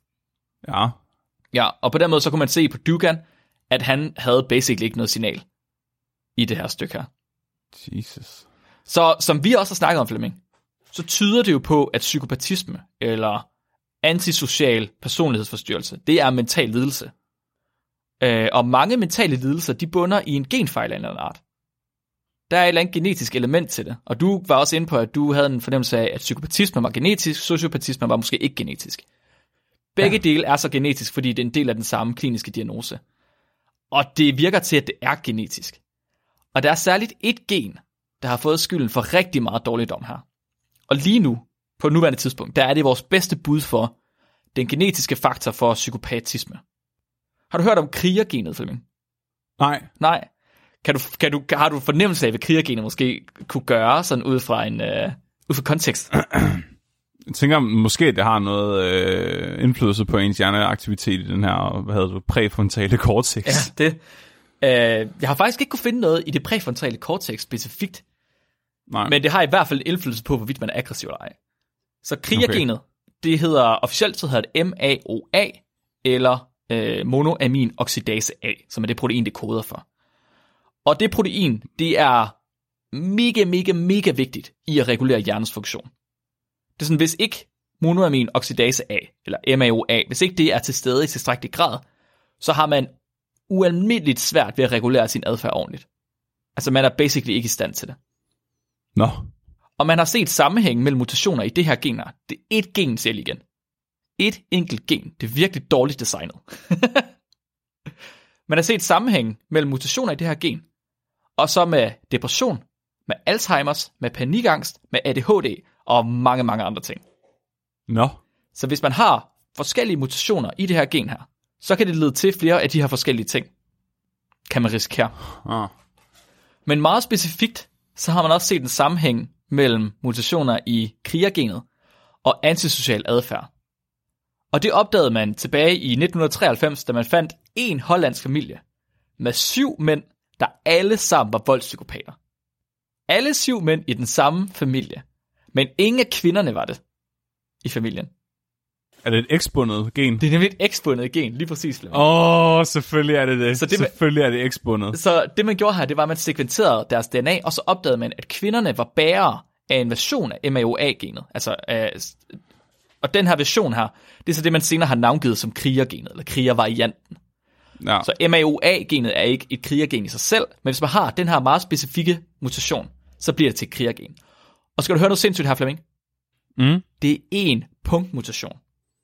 Ja. Ja, og på den måde, så kunne man se på Dugan, at han havde basically ikke noget signal i det her stykke her. Jesus. Så som vi også har snakket om, Flemming, så tyder det jo på, at psykopatisme eller antisocial personlighedsforstyrrelse, det er mental lidelse. Øh, og mange mentale lidelser, de bunder i en genfejl af en eller anden art. Der er et eller andet genetisk element til det. Og du var også inde på, at du havde en fornemmelse af, at psykopatisme var genetisk, sociopatisme var måske ikke genetisk. Begge ja. dele er så genetisk, fordi det er en del af den samme kliniske diagnose. Og det virker til, at det er genetisk. Og der er særligt et gen, der har fået skylden for rigtig meget dårligdom her. Og lige nu, på nuværende tidspunkt, der er det vores bedste bud for den genetiske faktor for psykopatisme. Har du hørt om krigergenet, Flemming? Nej. Nej. Kan du, kan du, har du fornemmelse af, hvad krigergenet måske kunne gøre, sådan ud fra en øh, ud fra kontekst? Jeg tænker måske, at det har noget øh, indflydelse på ens hjerneaktivitet i den her, hvad hedder det, præfrontale cortex. Ja, det. Øh, jeg har faktisk ikke kunne finde noget i det præfrontale cortex specifikt. Nej. Men det har i hvert fald indflydelse på, hvorvidt man er aggressiv eller ej. Så krigergenet, okay. det hedder, officielt så hedder det M A O A, eller øh, monoamin oxidase A, som er det protein, det koder for. Og det protein, det er mega, mega, mega vigtigt i at regulere hjernens funktion. Det er sådan, hvis ikke monoamin oxidase A, eller M A O A, hvis ikke det er til stede i tilstrækkelig grad, så har man ualmindeligt svært ved at regulere sin adfærd ordentligt. Altså man er basically ikke i stand til det. Nå. Og man har set sammenhæng mellem mutationer i det her gener. Det er et gen, siger jeg igen. Et enkelt gen. Det er virkelig dårligt designet. Man har set sammenhæng mellem mutationer i det her gen, og så med depression, med Alzheimers, med panikangst, med A D H D og mange, mange andre ting. Nå. Så hvis man har forskellige mutationer i det her gen her, så kan det lede til flere af de her forskellige ting. Kan man risikere. Ah. Men meget specifikt, så har man også set en sammenhæng mellem mutationer i krigergenet og antisocial adfærd. Og det opdagede man tilbage i nitten treoghalvfems, da man fandt en hollandsk familie med syv mænd, der alle sammen var voldspsykopater. Alle syv mænd i den samme familie, men ingen af kvinderne var det i familien. Er det et X-bundet gen? Det er nemlig et X-bundet gen, lige præcis. Åh, oh, selvfølgelig er det det. Så det selvfølgelig er det X-bundet. Så det man gjorde her, det var, at man sekventerede deres D N A, og så opdagede man, at kvinderne var bærere af en version af M A O A-genet. Altså, øh, og den her version her, det er så det, man senere har navngivet som krigergenet, eller krigervarianten. Ja. Så M A O A-genet er ikke et krigergen i sig selv, men hvis man har den her meget specifikke mutation, så bliver det til et krigergen. Og skal du høre noget sindssygt her, Flemming? Mm. Det er en punktmutation.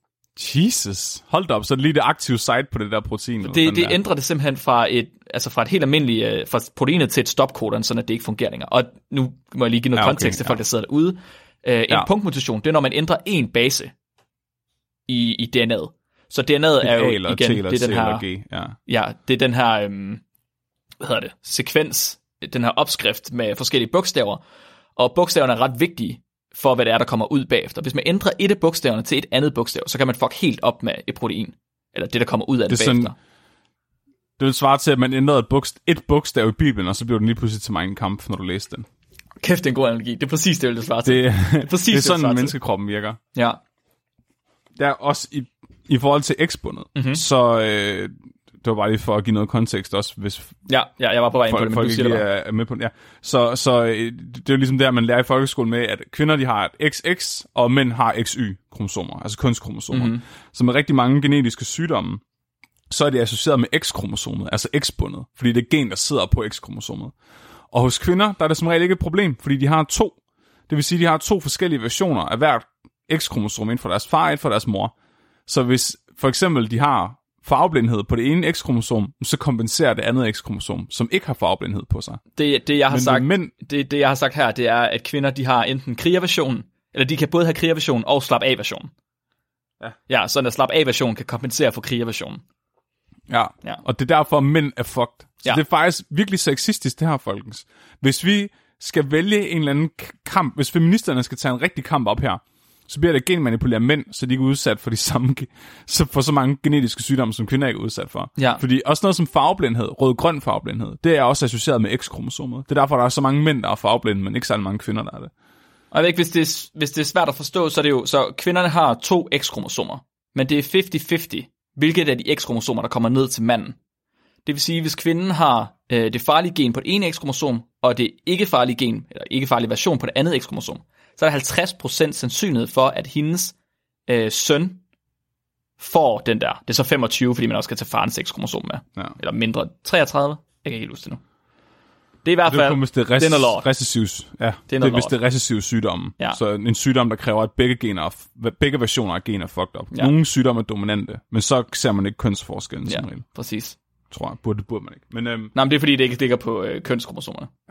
Jesus, hold da op, så er det lige det aktive site på det der protein. Det, det der. ændrer det simpelthen fra et, altså fra et helt almindeligt, uh, fra proteinet til et stopcodon, sådan at det ikke fungerer længere. Og nu må jeg lige give noget ja, okay, kontekst til folk, ja. der sidder derude. Uh, en ja. punktmutation, det er når man ændrer en base i, i D N A'et. Så D N A'et er jo igen, T eller det er den her, G, ja. ja, det er den her, um, hvad hedder det, sekvens, den her opskrift med forskellige bogstaver. Og bogstaverne er ret vigtige for, hvad det er, der kommer ud bagefter. Hvis man ændrer et af bogstaverne til et andet bogstav, så kan man fuck helt op med et protein. Eller det, der kommer ud af det, det bagefter. Sådan, det vil svare til, at man ændrede et, bogst- et bogstav i Bibelen, og så blev den lige pludselig til Mein Kampf, når du læste den. Kæft, det er en god analogi. Det er præcis det, vil det svare til. Det, det er, præcis, det er sådan, det, menneskekroppen virker. Ja. Der er også i, i forhold til X-bundet, mm-hmm. så øh, det var bare lige for at give noget kontekst også, hvis ja, ja, jeg var på vej ind på det, men folk du siger ikke er med på det. Ja. Så, så øh, det er jo ligesom der, man lærer i folkeskolen med, at kvinder de har et X X, og mænd har X Y-kromosomer, altså kønskromosomer. Mm-hmm. Så med rigtig mange genetiske sygdomme, så er det associeret med X-kromosomet, altså X-bundet, fordi det er gen, der sidder på X-kromosomet. Og hos kvinder, der er det som regel ikke et problem, fordi de har to. Det vil sige, de har to forskellige versioner af hvert X-kromosom, et fra deres far, et fra deres mor. Så hvis for eksempel de har farveblindhed på det ene X-kromosom, så kompenserer det andet X-kromosom, som ikke har farveblindhed på sig. Det, det, jeg har Men sagt, mænd... det, det, jeg har sagt her, det er, at kvinder, de har enten krigerversion, eller de kan både have krigerversion og slap af-version. Ja. Ja, så en slap af-version kan kompensere for krigerversion. Ja. Ja, og det er derfor, at mænd er fucked. Så ja. det er faktisk virkelig sexistisk, det her, folkens. Hvis vi skal vælge en eller anden kamp, hvis feministerne skal tage en rigtig kamp op her, så bliver det genmanipulere mænd, så de ikke er udsat for de samme, så for så mange genetiske sygdomme, som kvinder ikke er udsat for. Ja. Fordi også noget som farveblindhed, rød-grøn farveblindhed, det er også associeret med X-kromosomet. Det er derfor, der er så mange mænd, der er farveblinde, men ikke så mange kvinder, der er det. Og jeg ved ikke, hvis det, er, hvis det er svært at forstå, så er det jo, så kvinderne har to X-kromosomer, men det er halvtreds halvtreds, hvilket er de X-kromosomer, der kommer ned til manden. Det vil sige, hvis kvinden har øh, det farlige gen på det ene X-kromosom, og det ikke farlige gen, eller ikke farlige version på det andet X-kromosom, så er der halvtreds procent sandsynlighed for, at hendes øh, søn får den der. Det er så femogtyve, fordi man også skal tage farens X-kromosom med. Ja. Eller mindre. treogtredive? Jeg kan ikke helt huske det nu. Det er i hvert fald, det er res- det er lort. recessivs, ja, det er, det er hvis det er recessiv sygdomme. Ja. Så en sygdom, der kræver, at begge, gener, begge versioner af gener er fucked up. Ja. Nogle sygdomme er dominante, men så ser man ikke kønsforskellen som Ja, regel. præcis. Tror jeg. Burde, burde man ikke. Men, øhm, Nej, men det er fordi, det ikke ligger på øh, kønskromosomerne. Ja.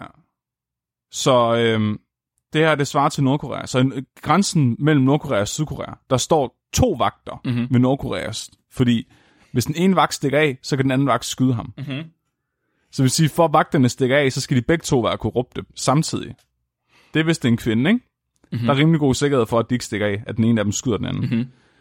Så øhm, det her, det svarer til Nordkorea. Så en, grænsen mellem Nordkorea og Sydkorea, der står to vagter mm-hmm. ved Nordkoreas. Fordi hvis den ene vagt stikker af, så kan den anden vagt skyde ham. Mm-hmm. Så vil sige, for at vagterne stikker af, så skal de begge to være korrupte samtidig. Det er hvis det er en kvinde, ikke? Mm-hmm. Der er rimelig god sikkerhed for, at de ikke stikker af, at den ene af dem skyder den anden. Mm-hmm.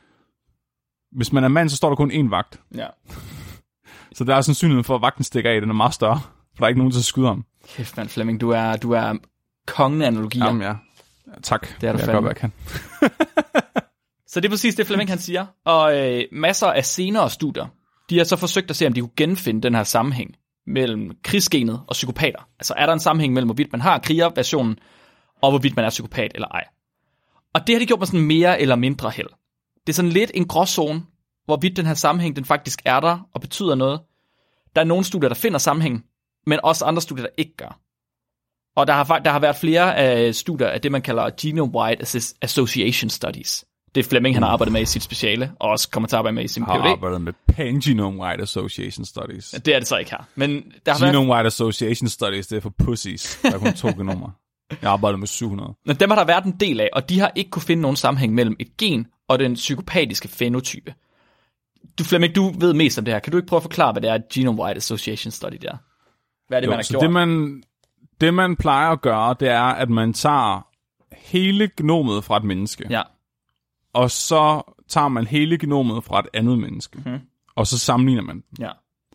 Hvis man er mand, så står der kun én vagt. Ja. Så der er sandsynligheden for, at vagten stikker af, den er meget større. For der er ikke nogen til at skyde ham. Kæft, man, Flemming, du er, du er kongen af analogier. Jamen ja. Ja, tak. Det er du jeg fandme. gør, hvad jeg kan. Så det er præcis det, Flemming han siger. Og øh, masser af senere studier, de har så forsøgt at se, om de kunne genfinde den her sammenhæng mellem krigsgenet og psykopater. Altså er der en sammenhæng mellem, hvorvidt man har krigerversionen, og hvorvidt man er psykopat eller ej. Og det har de gjort med sådan mere eller mindre held. Det er sådan lidt en gråzone, hvorvidt den her sammenhæng, den faktisk er der og betyder noget. Der er nogle studier, der finder sammenhæng, men også andre studier, der ikke gør. Og der har, der har været flere af studier af det, man kalder Genome-Wide Association Studies. Det er Flemming, han har arbejdet med i sit speciale, og også kommer til at arbejde med i sin P H D. Jeg har arbejdet med Pan-Genome-Wide Association Studies. Det er det så ikke her. Men der har Genome-Wide været... Association Studies, det er for pussies. Der er kun to genomer. Jeg har arbejdet med syv hundrede. Men dem har der været en del af, og de har ikke kunne finde nogen sammenhæng mellem et gen og den psykopatiske fænotype. Du, Flemming, du ved mest om det her. Kan du ikke prøve at forklare, hvad det er, et Genome-Wide Association Study der? Hvad er det, jo, man har så gjort? Det man, det, man plejer at gøre, det er, at man tager hele genomet fra et menneske. Ja. Og så tager man hele genomet fra et andet menneske. Hmm. Og så sammenligner man. Ja.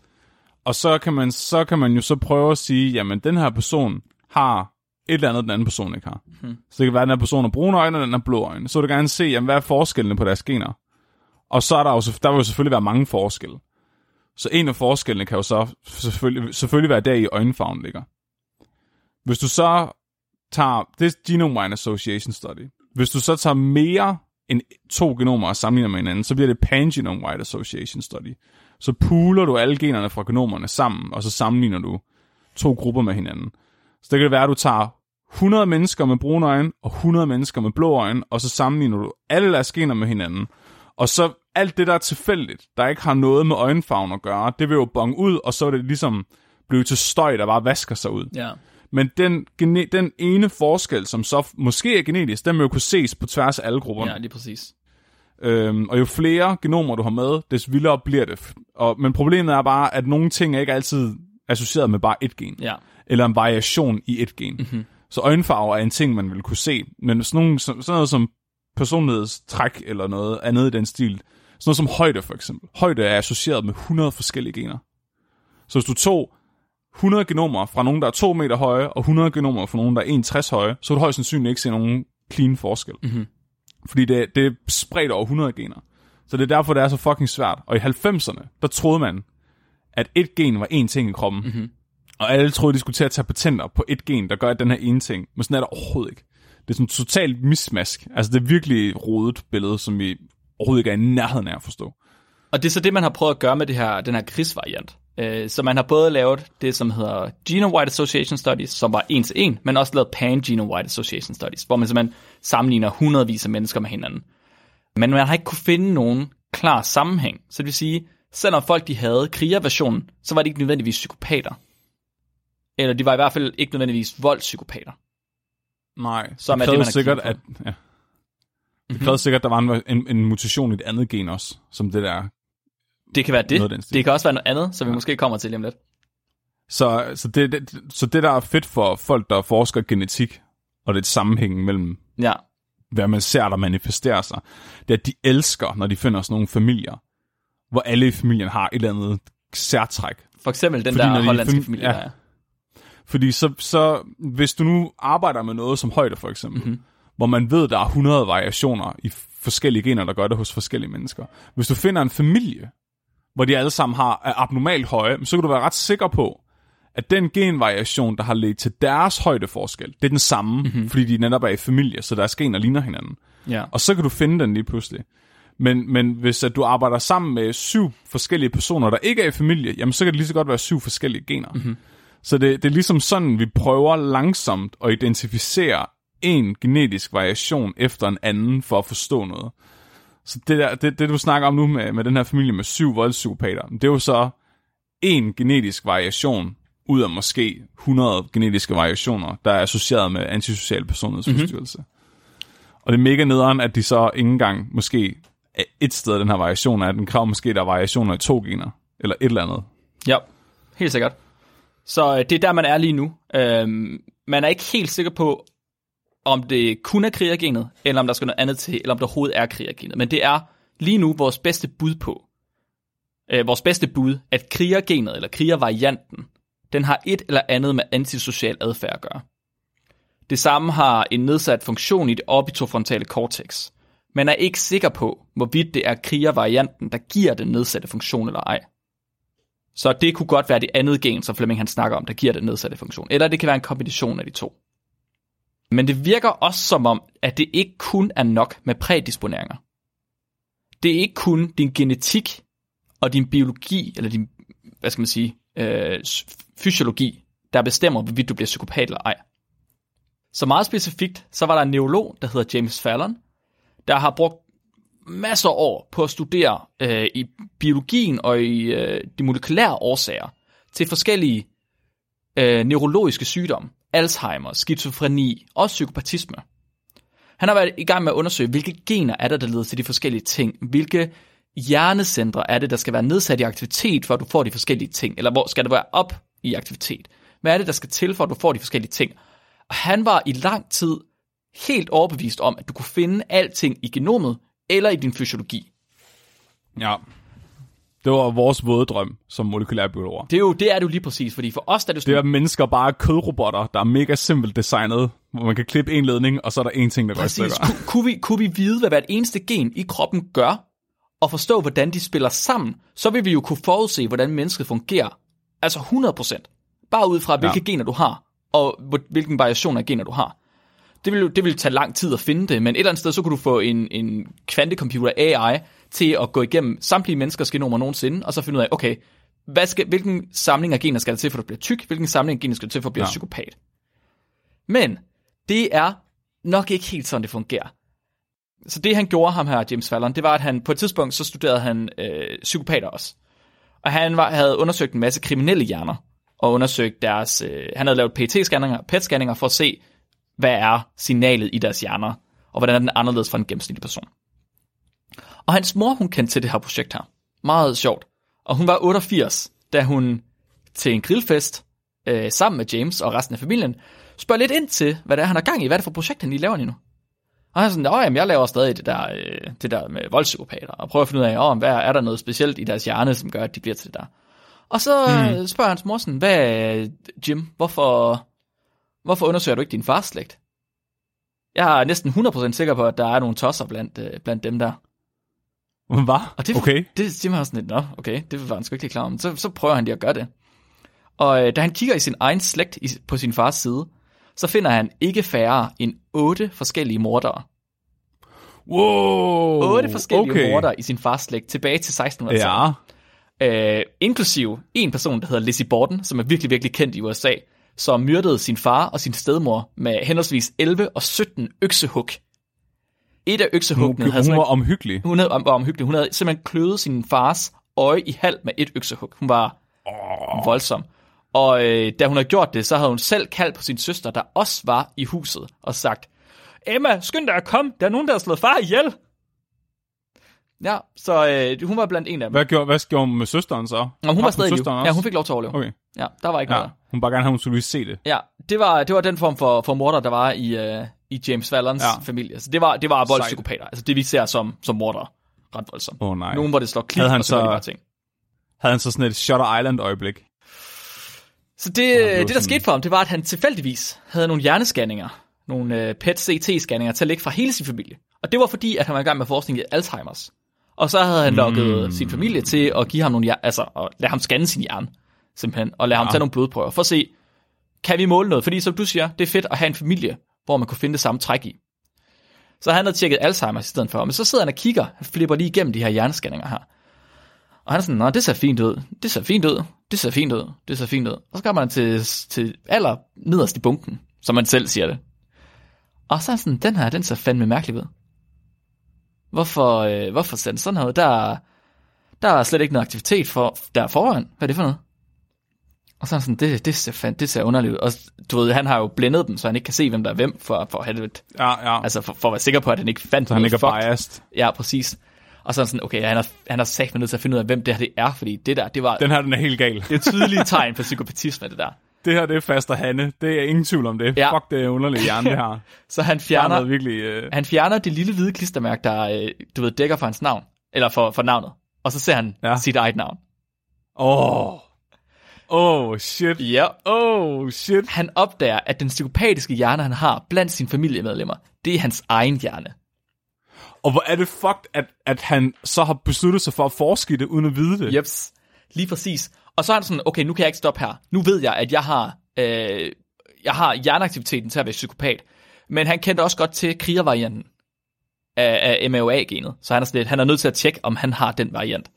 Og så kan man, så kan man jo så prøve at sige, jamen den her person har et eller andet, den anden person ikke har. Hmm. Så det kan være, at den her person har brune øjne, og den har blå øjne. Så vil du gerne se, jamen, hvad er forskellene på deres gener? Og så er der jo, der vil jo selvfølgelig være mange forskelle. Så en af forskellene kan jo så selvfølgelig, selvfølgelig være der i øjenfarven ligger. Hvis du så tager, det er Genome-Wide Association Study. Hvis du så tager mere end to genomer og sammenligner med hinanden, så bliver det Pan-Genome-Wide Association Study. Så pooler du alle generne fra genomerne sammen, og så sammenligner du to grupper med hinanden. Så det kan være, at du tager hundrede mennesker med brune øjne og hundrede mennesker med blå øjne, og så sammenligner du alle deres gener med hinanden. Og så alt det, der er tilfældigt, der ikke har noget med øjenfarven at gøre, det vil jo bonge ud, og så er det ligesom blive til støj, der bare vasker sig ud. Ja. Men den, gene, den ene forskel, som så måske er genetisk, den vil jo kunne ses på tværs af alle grupperne. Ja, lige præcis. Øhm, og jo flere genomer du har med, des vildere bliver det. Og, men problemet er bare, at nogle ting er ikke altid associeret med bare et gen. Ja. Eller en variation i et gen. Mm-hmm. Så øjenfarve er en ting, man vil kunne se. Men sådan, nogle, sådan noget som personlighedstræk eller noget andet i den stil. Sådan noget som højde for eksempel. Højde er associeret med hundrede forskellige gener. Så hvis du tog hundrede genomer fra nogen, der er to meter høje, og hundrede genomer fra nogen, der er en komma tres høje, så vil du højst sandsynligt ikke se nogen clean forskel. Mm-hmm. Fordi det, det er spredt over hundrede gener. Så det er derfor, det er så fucking svært. Og i halvfemserne, der troede man, at et gen var én ting i kroppen. Mm-hmm. Og alle troede, de skulle til at tage patenter på et gen, der gør den her ene ting. Men sådan er der overhovedet ikke. Det er sådan totalt mismask. Altså det er virkelig rodet billede, som vi overhovedet ikke er i nærheden af at forstå. Og det er så det, man har prøvet at gøre med det her, den her krigsvariant. Øh, så man har både lavet det, som hedder Genome-Wide Association Studies, som var en til en, men også lavet Pan-Genome-Wide Association Studies, hvor man simpelthen sammenligner hundredvis af mennesker med hinanden. Men man har ikke kunne finde nogen klar sammenhæng. Så det vil sige, selvom folk de havde krigerversionen, så var de ikke nødvendigvis psykopater. Eller de var i hvert fald ikke nødvendigvis voldspsykopater. Nej, som det er det, man sikkert, at ja. Det Mm-hmm. krævede sikkert, at der var en, en, en mutation i et andet gen også, som det der. Det kan være det. Det kan også være noget andet, som vi ja. måske kommer til lige om lidt. Så, så, det, det, så det, der er fedt for folk, der forsker genetik, og det er et sammenhæng mellem, ja. hvad man ser, der manifesterer sig, det er, at de elsker, når de finder sådan nogle familier, hvor alle i familien har et eller andet særtræk. For eksempel den Fordi der hollandske fam- familie, ja. der er. Fordi så, så, hvis du nu arbejder med noget som højde, for eksempel, mm-hmm. hvor man ved, der er hundrede variationer i forskellige gener, der gør det hos forskellige mennesker. Hvis du finder en familie, hvor de alle sammen har, er abnormalt høje, så kan du være ret sikker på, at den genvariation, der har ledt til deres højdeforskel, det er den samme, mm-hmm. fordi de netop er i familie, så deres gener ligner hinanden. Ja. Og så kan du finde den lige pludselig. Men, men hvis at du arbejder sammen med syv forskellige personer, der ikke er i familie, jamen så kan det lige så godt være syv forskellige gener. Mm-hmm. Så det, det er ligesom sådan, vi prøver langsomt at identificere en genetisk variation efter en anden for at forstå noget. Så det, der, det, det du snakker om nu med, med den her familie med syv voldspsykopater, det er jo så en genetisk variation ud af måske hundrede genetiske variationer, der er associeret med antisocial personlighedsforstyrrelse. Mm-hmm. Og det er mega nederen, at de så ikke engang måske et sted af den her variation er, at den kræver måske, der er variationer i to gener, eller et eller andet. Ja, helt sikkert. Så det er der, man er lige nu. Øhm, man er ikke helt sikker på, om det kun er krigergenet, eller om der skal noget andet til, eller om der overhovedet er krigergenet. Men det er lige nu vores bedste bud på, øh, vores bedste bud, at krigergenet, eller krigervarianten, den har et eller andet med antisocial adfærd at gøre. Det samme har en nedsat funktion i det orbitofrontale cortex. Man er ikke sikker på, hvorvidt det er krigervarianten, der giver den nedsatte funktion eller ej. Så det kunne godt være det andet gen, som Fleming han snakker om, der giver den nedsatte funktion. Eller det kan være en kombination af de to. Men det virker også som om, at det ikke kun er nok med prædisponeringer. Det er ikke kun din genetik og din biologi, eller din, hvad skal man sige, øh, fysiologi, der bestemmer, hvorvidt du bliver psykopat eller ej. Så meget specifikt, så var der en neurolog, der hedder James Fallon, der har brugt masser af år på at studere øh, i biologien og i øh, de molekylære årsager til forskellige øh, neurologiske sygdomme. Alzheimer, skizofreni og psykopatisme. Han har været i gang med at undersøge, hvilke gener er der, der leder til de forskellige ting. Hvilke hjernecentre er det, der skal være nedsat i aktivitet, for at du får de forskellige ting. Eller hvor skal det være op i aktivitet? Hvad er det, der skal til, for at du får de forskellige ting? Og han var i lang tid helt overbevist om, at du kunne finde alting i genomet eller i din fysiologi. Ja. Det var vores våde drøm som molekylærbiologer. Det er jo det er det jo lige præcis, fordi for os der er det sådan... Det er mennesker bare kødrobotter, der er mega simpelt designet, hvor man kan klippe en ledning, og så er der en ting, der går i stykker. Ku, kunne, vi, kunne vi vide, hvad hvert eneste gen i kroppen gør, og forstå, hvordan de spiller sammen, så vil vi jo kunne forudse, hvordan mennesket fungerer. Altså hundrede procent. Bare ud fra, hvilke ja. gener du har, og hvilken variation af gener du har. Det vil jo det vil tage lang tid at finde det, men et eller andet sted, så kunne du få en, en kvantecomputer A I til at gå igennem samtlige menneskers genomer nogensinde, og så finde ud af, okay, hvad skal, hvilken samling af gener skal der til, for at du bliver tyk? Hvilken samling af gener skal der til, for at du bliver ja. psykopat? Men det er nok ikke helt sådan, det fungerer. Så det, han gjorde, ham her, James Fallon, det var, at han på et tidspunkt, så studerede han øh, psykopater også. Og han var, havde undersøgt en masse kriminelle hjerner, og undersøgt deres, øh, han havde lavet P E T-scanninger, P E T-scanninger for at se, hvad er signalet i deres hjerner, og hvordan er den anderledes fra en gennemsnitlig person. Og hans mor, hun kendte til det her projekt her. Meget sjovt. Og hun var otteogfirs, da hun til en grillfest, øh, sammen med James og resten af familien, spørger lidt ind til, hvad det er, han har gang i. Hvad er det for projekt, han lige laver lige nu? Og han er sådan, åh, jamen, jeg laver stadig det der, øh, det der med voldspsykopater, og prøver at finde ud af, åh, hvad er der noget specielt i deres hjerne, som gør, at de bliver til det der. Og så hmm. spørger hans mor sådan, hvad, Jim, hvorfor... Hvorfor undersøger du ikke din fars slægt? Jeg er næsten hundrede procent sikker på, at der er nogle tosser blandt, øh, blandt dem der. Hvad? Og det, okay. Det siger mig sådan lidt, nå, okay, det var han sgu ikke klar om. Så, så prøver han lige at gøre det. Og øh, da han kigger i sin egen slægt i, på sin fars side, så finder han ikke færre end otte forskellige mordere. Wow! Otte forskellige okay. mordere i sin fars slægt tilbage til sekstenhundredetallet. Øh, inklusive en person, der hedder Lizzie Borden, som er virkelig, virkelig kendt i U S A, som myrdede sin far og sin stedmor med henholdsvis elleve og sytten øksehug. Et af øksehuggene... Hun, hun var omhyggelig. Hun havde, var omhyggelig. Hun havde simpelthen kløet sin fars øje i halv med et øksehug. Hun var oh. voldsom. Og øh, da hun havde gjort det, så havde hun selv kaldt på sin søster, der også var i huset, og sagt, Emma, skynd dig at komme. Der er nogen, der har slået far ihjel. Ja, så øh, hun var blandt en af dem. Hvad gjorde, hvad gjorde hun med søsteren så? Nå, hun var stadig i liv. Ja, hun fik lov til at overleve. Okay. Ja, der var ikke ja, noget. Hun bare gerne have, hun skulle se det. Ja, det var, det var den form for, for morder, der var i, uh, i James Fallons ja. familie. Så det var, det var voldspsykopater. Altså det, vi ser som, som morder. Ret voldsomt. Åh oh, nej. Nogen, hvor det slår klip, og så, så bare ting. Havde han så sådan et Shutter Island-øjeblik? Så det, oh, det, det der sådan... skete for ham, det var, at han tilfældigvis havde nogle hjernescanninger, nogle uh, P E T-C T-scanninger til at lægge fra hele sin familie. Og det var fordi, at han var i gang med forskning i Alzheimers. Og så havde han lukket mm. sin familie til at give ham nogle hjerne, altså at lade ham scanne sin hjerne, simpelthen, og lade ja. ham tage nogle blodprøver, for at se, kan vi måle noget? Fordi som du siger, det er fedt at have en familie, hvor man kunne finde det samme træk i. Så han havde tjekket Alzheimer i stedet for, men så sidder han og kigger, han flipper lige igennem de her hjernescanninger her. Og han er sådan, nå, det ser fint ud, det ser fint ud, det ser fint ud, det ser fint ud. Og så kommer han til, til aller nederst i bunken, som man selv siger det. Og så er han sådan, den her, den ser fandme mærkelig ud. Hvorfor, øh, hvorfor ser den sådan noget? Der, der er slet ikke noget aktivitet for, der foran. Hvad er det for noget? Og så er han sådan, det, det, ser, fand, det ser underligt ud. Og du ved, han har jo blændet dem, så han ikke kan se, hvem der er hvem, for, for at have det. Ja, ja. Altså for, for at være sikker på, at han ikke fandt så han ikke er fucked. biased. Ja, præcis. Og så er han sådan, okay, han har, han har sagt mig nødt til at finde ud af, hvem det her det er, fordi det der, det var... Den her, den er helt gal. Det er tydelige tegn på psykopatisme, det der. Det her, det er Faster Hanne. Det er ingen tvivl om det. Ja. Fuck, det er underligt hjerne, det her. Så han fjerner, virkelig, uh... han fjerner det lille hvide klistermærke, der, du ved, dækker for hans navn. Eller for, for navnet. Og så ser han ja. sit eget navn. Åh. Oh. Oh, shit. Ja. Oh, shit. Han opdager, at den psykopatiske hjerne, han har blandt sine familiemedlemmer, det er hans egen hjerne. Og hvor er det fucked, at, at han så har besluttet sig for at forske det, uden at vide det. Jeps. Lige præcis. Og så er han sådan, okay, nu kan jeg ikke stoppe her. Nu ved jeg, at jeg har, øh, jeg har hjerneaktiviteten til at være psykopat. Men han kendte også godt til krigervarianten af, af M A O A-genet. Så han er, sådan lidt, han er nødt til at tjekke, om han har den variant.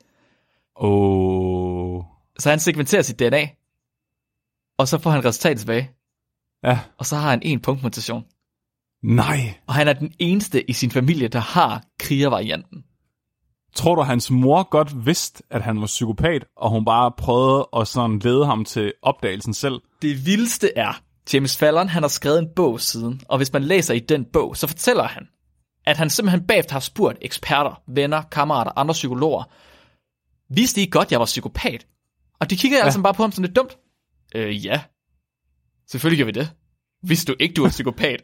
Oh. Så han segmenterer sit D N A. Og så får han resultatet tilbage. Ja. Og så har han en punktmutation. Nej. Og han er den eneste i sin familie, der har krigervarianten. Tror du, hans mor godt vidste, at han var psykopat, og hun bare prøvede at sådan lede ham til opdagelsen selv? Det vildeste er, James Fallon, han har skrevet en bog siden, og hvis man læser i den bog, så fortæller han, at han simpelthen bagefter har spurgt eksperter, venner, kammerater, andre psykologer, vidste I godt, jeg var psykopat? Og de kigger ja. altså bare på ham sådan lidt dumt. Øh, ja. Selvfølgelig gør vi det. Vidste du ikke, du var psykopat?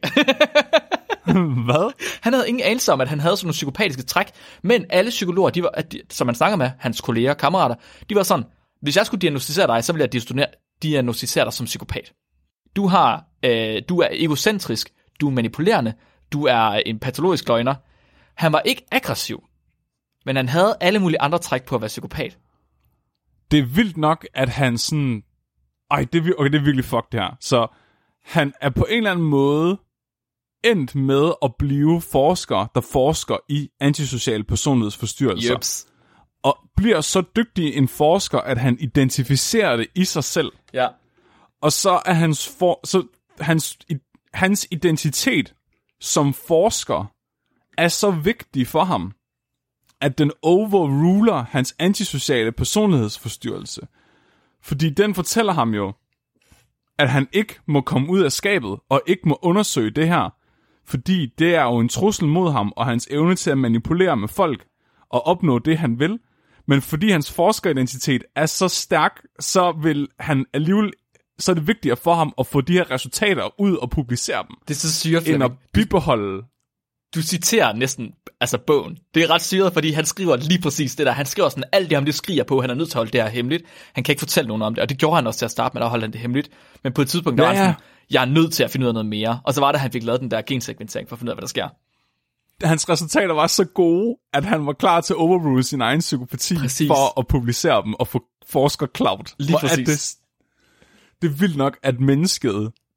Hvad? Han havde ingen anelse om, at han havde sådan nogle psykopatiske træk, men alle psykologer, de var, at de, som man snakker med, hans kolleger, kammerater, de var sådan, hvis jeg skulle diagnostisere dig, så ville jeg diagnostisere dig som psykopat. Du har, øh, du er egocentrisk, du er manipulerende, du er en patologisk løgner. Han var ikke aggressiv, men han havde alle mulige andre træk på at være psykopat. Det er vildt nok, at han sådan, ej, det er, okay, det er virkelig fucked det her. Så han er på en eller anden måde endt med at blive forsker, der forsker i antisociale personlighedsforstyrrelser. Jeps. Og bliver så dygtig en forsker, at han identificerer det i sig selv. Ja. Og så er hans, for, så hans, hans identitet som forsker er så vigtig for ham, at den overruler hans antisociale personlighedsforstyrrelse. Fordi den fortæller ham jo, at han ikke må komme ud af skabet, og ikke må undersøge det her. Fordi det er jo en trussel mod ham, og hans evne til at manipulere med folk, og opnå det, han vil. Men fordi hans forskeridentitet er så stærk, så vil han alligevel, så er det vigtigere for ham at få de her resultater ud og publicere dem. Det er så syret, end at bibeholde. Du citerer næsten altså bogen. Det er ret syret, fordi han skriver lige præcis det der. Han skriver sådan, alt det ham det skriger på, han er nødt til at holde det her hemmeligt. Han kan ikke fortælle nogen om det, og det gjorde han også til at starte med, at holde det hemmeligt. Men på et tidspunkt, der ja, var han sådan, jeg er nødt til at finde ud af noget mere. Og så var det, at han fik lavet den der gensegmentering for at finde ud af, hvad der sker. Hans resultater var så gode, at han var klar til at overrule sin egen psykopati præcis. For at publicere dem og få forsker cloud. Lige præcis. Det, det er vildt nok, at mennesket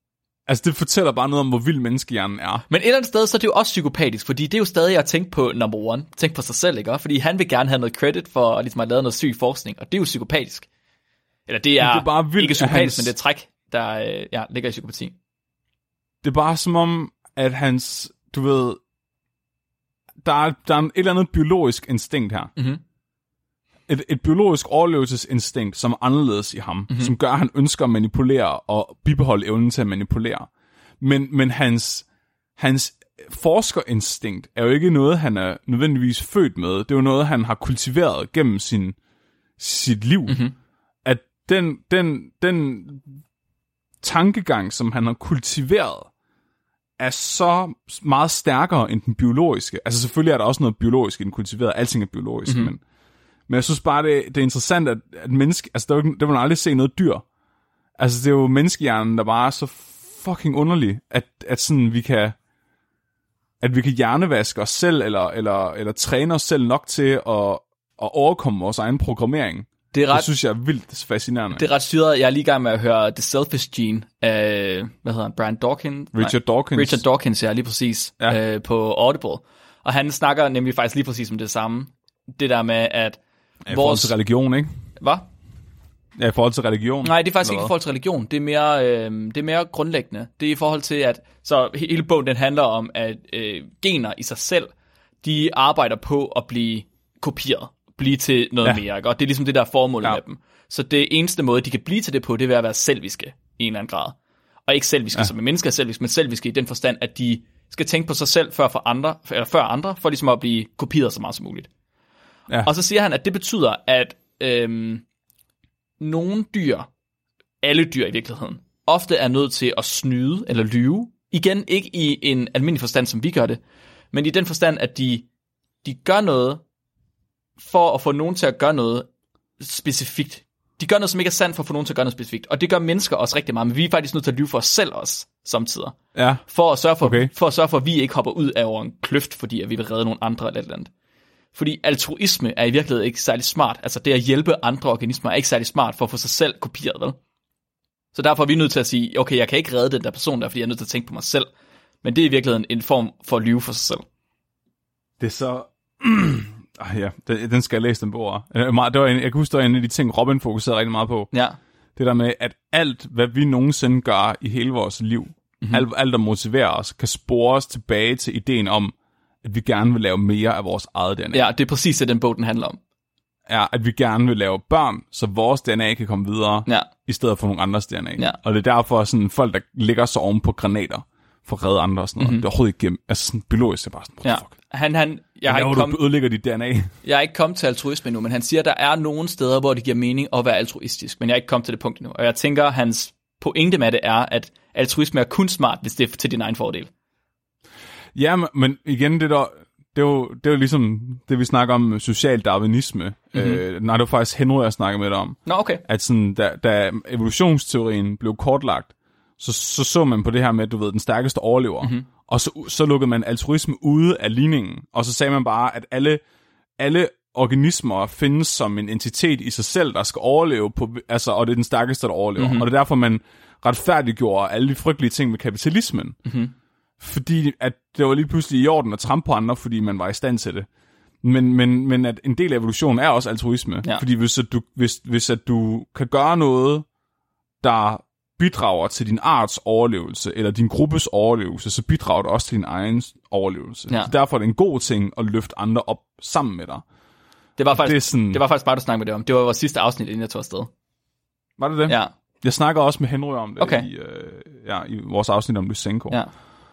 Altså, det fortæller bare noget om, hvor vild menneskehjernen er. Men et eller andet sted, så er det jo også psykopatisk, fordi det er jo stadig at tænke på number one, tænke på sig selv, ikke? Fordi han vil gerne have noget credit for at ligesom have lavet noget syg forskning, og det er jo psykopatisk. Eller det er, det er bare vildt, ikke psykopatisk, hans... men det er træk, der øh, ja, ligger i psykopati. Det er bare som om, at hans, du ved, der er, der er et eller andet biologisk instinkt her. Mm-hmm. Et, et biologisk overlevelsesinstinkt, som er anderledes i ham, mm-hmm. som gør, at han ønsker at manipulere og bibeholde evnen til at manipulere. Men, men hans, hans forskerinstinkt er jo ikke noget, han er nødvendigvis født med. Det er jo noget, han har kultiveret gennem sin, sit liv. Mm-hmm. At den, den, den tankegang, som han har kultiveret, er så meget stærkere end den biologiske. Altså selvfølgelig er der også noget biologisk i den kultiverede. Alting er biologisk, mm-hmm. men Men jeg synes bare, det, det er interessant, at, at menneske... Altså, der, der vil man aldrig se noget dyr. Altså, det er jo menneskehjernen, der bare er så fucking underlig, at, at sådan, vi kan... At vi kan hjernevaske os selv, eller, eller, eller træne os selv nok til at, at overkomme vores egen programmering. Det, er ret, det synes jeg er vildt fascinerende. Det er ret syret. Jeg er lige i gang med at høre The Selfish Gene af... Hvad hedder han? Brian Dawkins? Richard Nej, Dawkins. Richard Dawkins, ja, lige præcis. Ja. Øh, på Audible. Og han snakker nemlig faktisk lige præcis om det samme. Det der med, at... Ja, i forhold til religion, ikke? Hvad? Ja, i forhold til religion. Nej, det er faktisk ikke i forhold til religion. Det er mere, øh, det er mere grundlæggende. Det er i forhold til, at så hele bogen den handler om, at øh, gener i sig selv, de arbejder på at blive kopieret. Blive til noget ja. mere, ikke? Og det er ligesom det, der er formålet ja. med dem. Så det eneste måde, de kan blive til det på, det er at være selviske i en eller anden grad. Og ikke selviske, ja. som en menneske er selviske, men selviske i den forstand, at de skal tænke på sig selv før, for andre, eller før andre, for ligesom at blive kopieret så meget som muligt. Ja. Og så siger han, at det betyder, at øhm, nogle dyr, alle dyr i virkeligheden, ofte er nødt til at snyde eller lyve. Igen, ikke i en almindelig forstand, som vi gør det, men i den forstand, at de, de gør noget for at få nogen til at gøre noget specifikt. De gør noget, som ikke er sandt, for at få nogen til at gøre noget specifikt. Og det gør mennesker også rigtig meget, men vi er faktisk nødt til at lyve for os selv også, samtidig. Ja. For at sørge for, okay. for, at, sørge for at vi ikke hopper ud af over en kløft, fordi at vi vil redde nogle andre eller et eller andet. Fordi altruisme er i virkeligheden ikke særlig smart. Altså det at hjælpe andre organismer er ikke særlig smart for at få sig selv kopieret, vel? Så derfor er vi nødt til at sige, okay, jeg kan ikke redde den der person der, fordi jeg er nødt til at tænke på mig selv. Men det er i virkeligheden en form for at lyve for sig selv. Det er så... ah, ja, den skal jeg læse, den bog. Det var en, jeg kan huske, det var en af de ting, Robin fokuserede rigtig meget på. Ja. Det der med, at alt, hvad vi nogensinde gør i hele vores liv, mm-hmm. alt, alt, der motiverer os, kan spore os tilbage til ideen om, at vi gerne vil lave mere af vores eget D N A. Ja, det er præcis det, den bog den handler om. Ja, at vi gerne vil lave børn, så vores D N A kan komme videre, ja. i stedet for nogle andres D N A. Ja. Og det er derfor sådan folk, der ligger så oven på granater, for at redde andre og sådan noget. Mm-hmm. Det er overhovedet ikke gennem, altså sådan biologisk, det er bare sådan, ja. fuck. Han, han, jeg har ikke kommet, du ødelægger dit D N A. Jeg er ikke kommet til altruisme endnu, men han siger, at der er nogle steder, hvor det giver mening at være altruistisk, men jeg er ikke kommet til det punkt endnu. Og jeg tænker, hans pointe med det er, at altruisme er kun smart, hvis det er til din egen fordel. Ja, men igen, det der... Det er, jo, det er jo ligesom det, vi snakker om social darwinisme. Mm-hmm. Øh, nej, det var faktisk Henry, jeg snakkede med dig om. Nå, okay. At sådan, da, da evolutionsteorien blev kortlagt, så, så så man på det her med, du ved, den stærkeste overlever. Mm-hmm. Og så, så lukkede man altruisme ude af ligningen. Og så sagde man bare, at alle, alle organismer findes som en entitet i sig selv, der skal overleve, på, altså, og det er den stærkeste, der overlever. Mm-hmm. Og det er derfor, man retfærdiggjorde alle de frygtelige ting med kapitalismen. Mm-hmm. Fordi at det var lige pludselig i orden at trampe på andre, fordi man var i stand til det. Men, men, men at en del af evolutionen er også altruisme. Ja. Fordi hvis, at du, hvis, hvis at du kan gøre noget, der bidrager til din arts overlevelse, eller din gruppes overlevelse, så bidrager det også til din egen overlevelse. Ja. Så derfor er det en god ting at løfte andre op sammen med dig. Det var faktisk, det, sådan... det var faktisk bare, du snakkede med det om. Det var vores sidste afsnit, inden jeg tog afsted. Var det det? Ja. Jeg snakker også med Henry om det okay. i, øh, ja, i vores afsnit om Lysenko. Ja.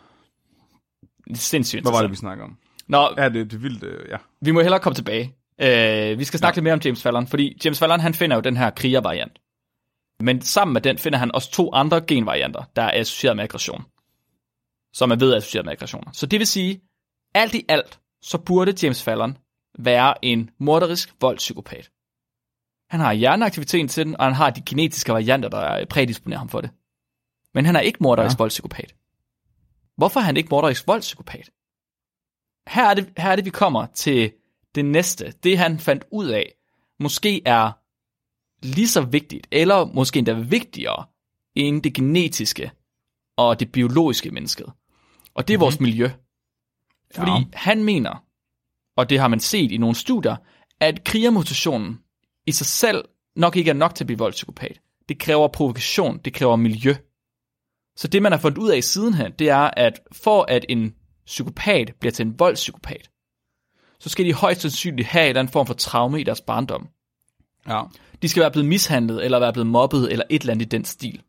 Det er sindssygt. Hvad var det, vi snakker om? Nå, ja, det, det er vildt, øh, ja. Vi må hellere komme tilbage. Uh, vi skal snakke ja. lidt mere om James Fallon, fordi James Fallon, han finder jo den her krigervariant. Men sammen med den finder han også to andre genvarianter, der er associeret med aggression. Som er ved associeret med aggressioner. Så det vil sige, alt i alt, så burde James Fallon være en morderisk voldspsykopat. Han har hjerneaktiviteten til den, og han har de genetiske varianter, der prædisponerer ham for det. Men han er ikke morderisk ja. voldspsykopat. Hvorfor er han ikke morderisk voldspsykopat? Her er, det, her er det, vi kommer til det næste. Det, han fandt ud af, måske er lige så vigtigt, eller måske endda vigtigere, end det genetiske og det biologiske menneske. Og det er mm-hmm. vores miljø. Fordi ja. han mener, og det har man set i nogle studier, at krigermutationen i sig selv nok ikke er nok til at blive voldspsykopat. Det kræver provokation, det kræver miljø. Så det, man har fundet ud af sidenhen, det er, at for at en psykopat bliver til en voldspsykopat, så skal de højst sandsynligt have en eller anden form for traume i deres barndom. Ja. De skal være blevet mishandlet, eller være blevet mobbet, eller et eller andet i den stil.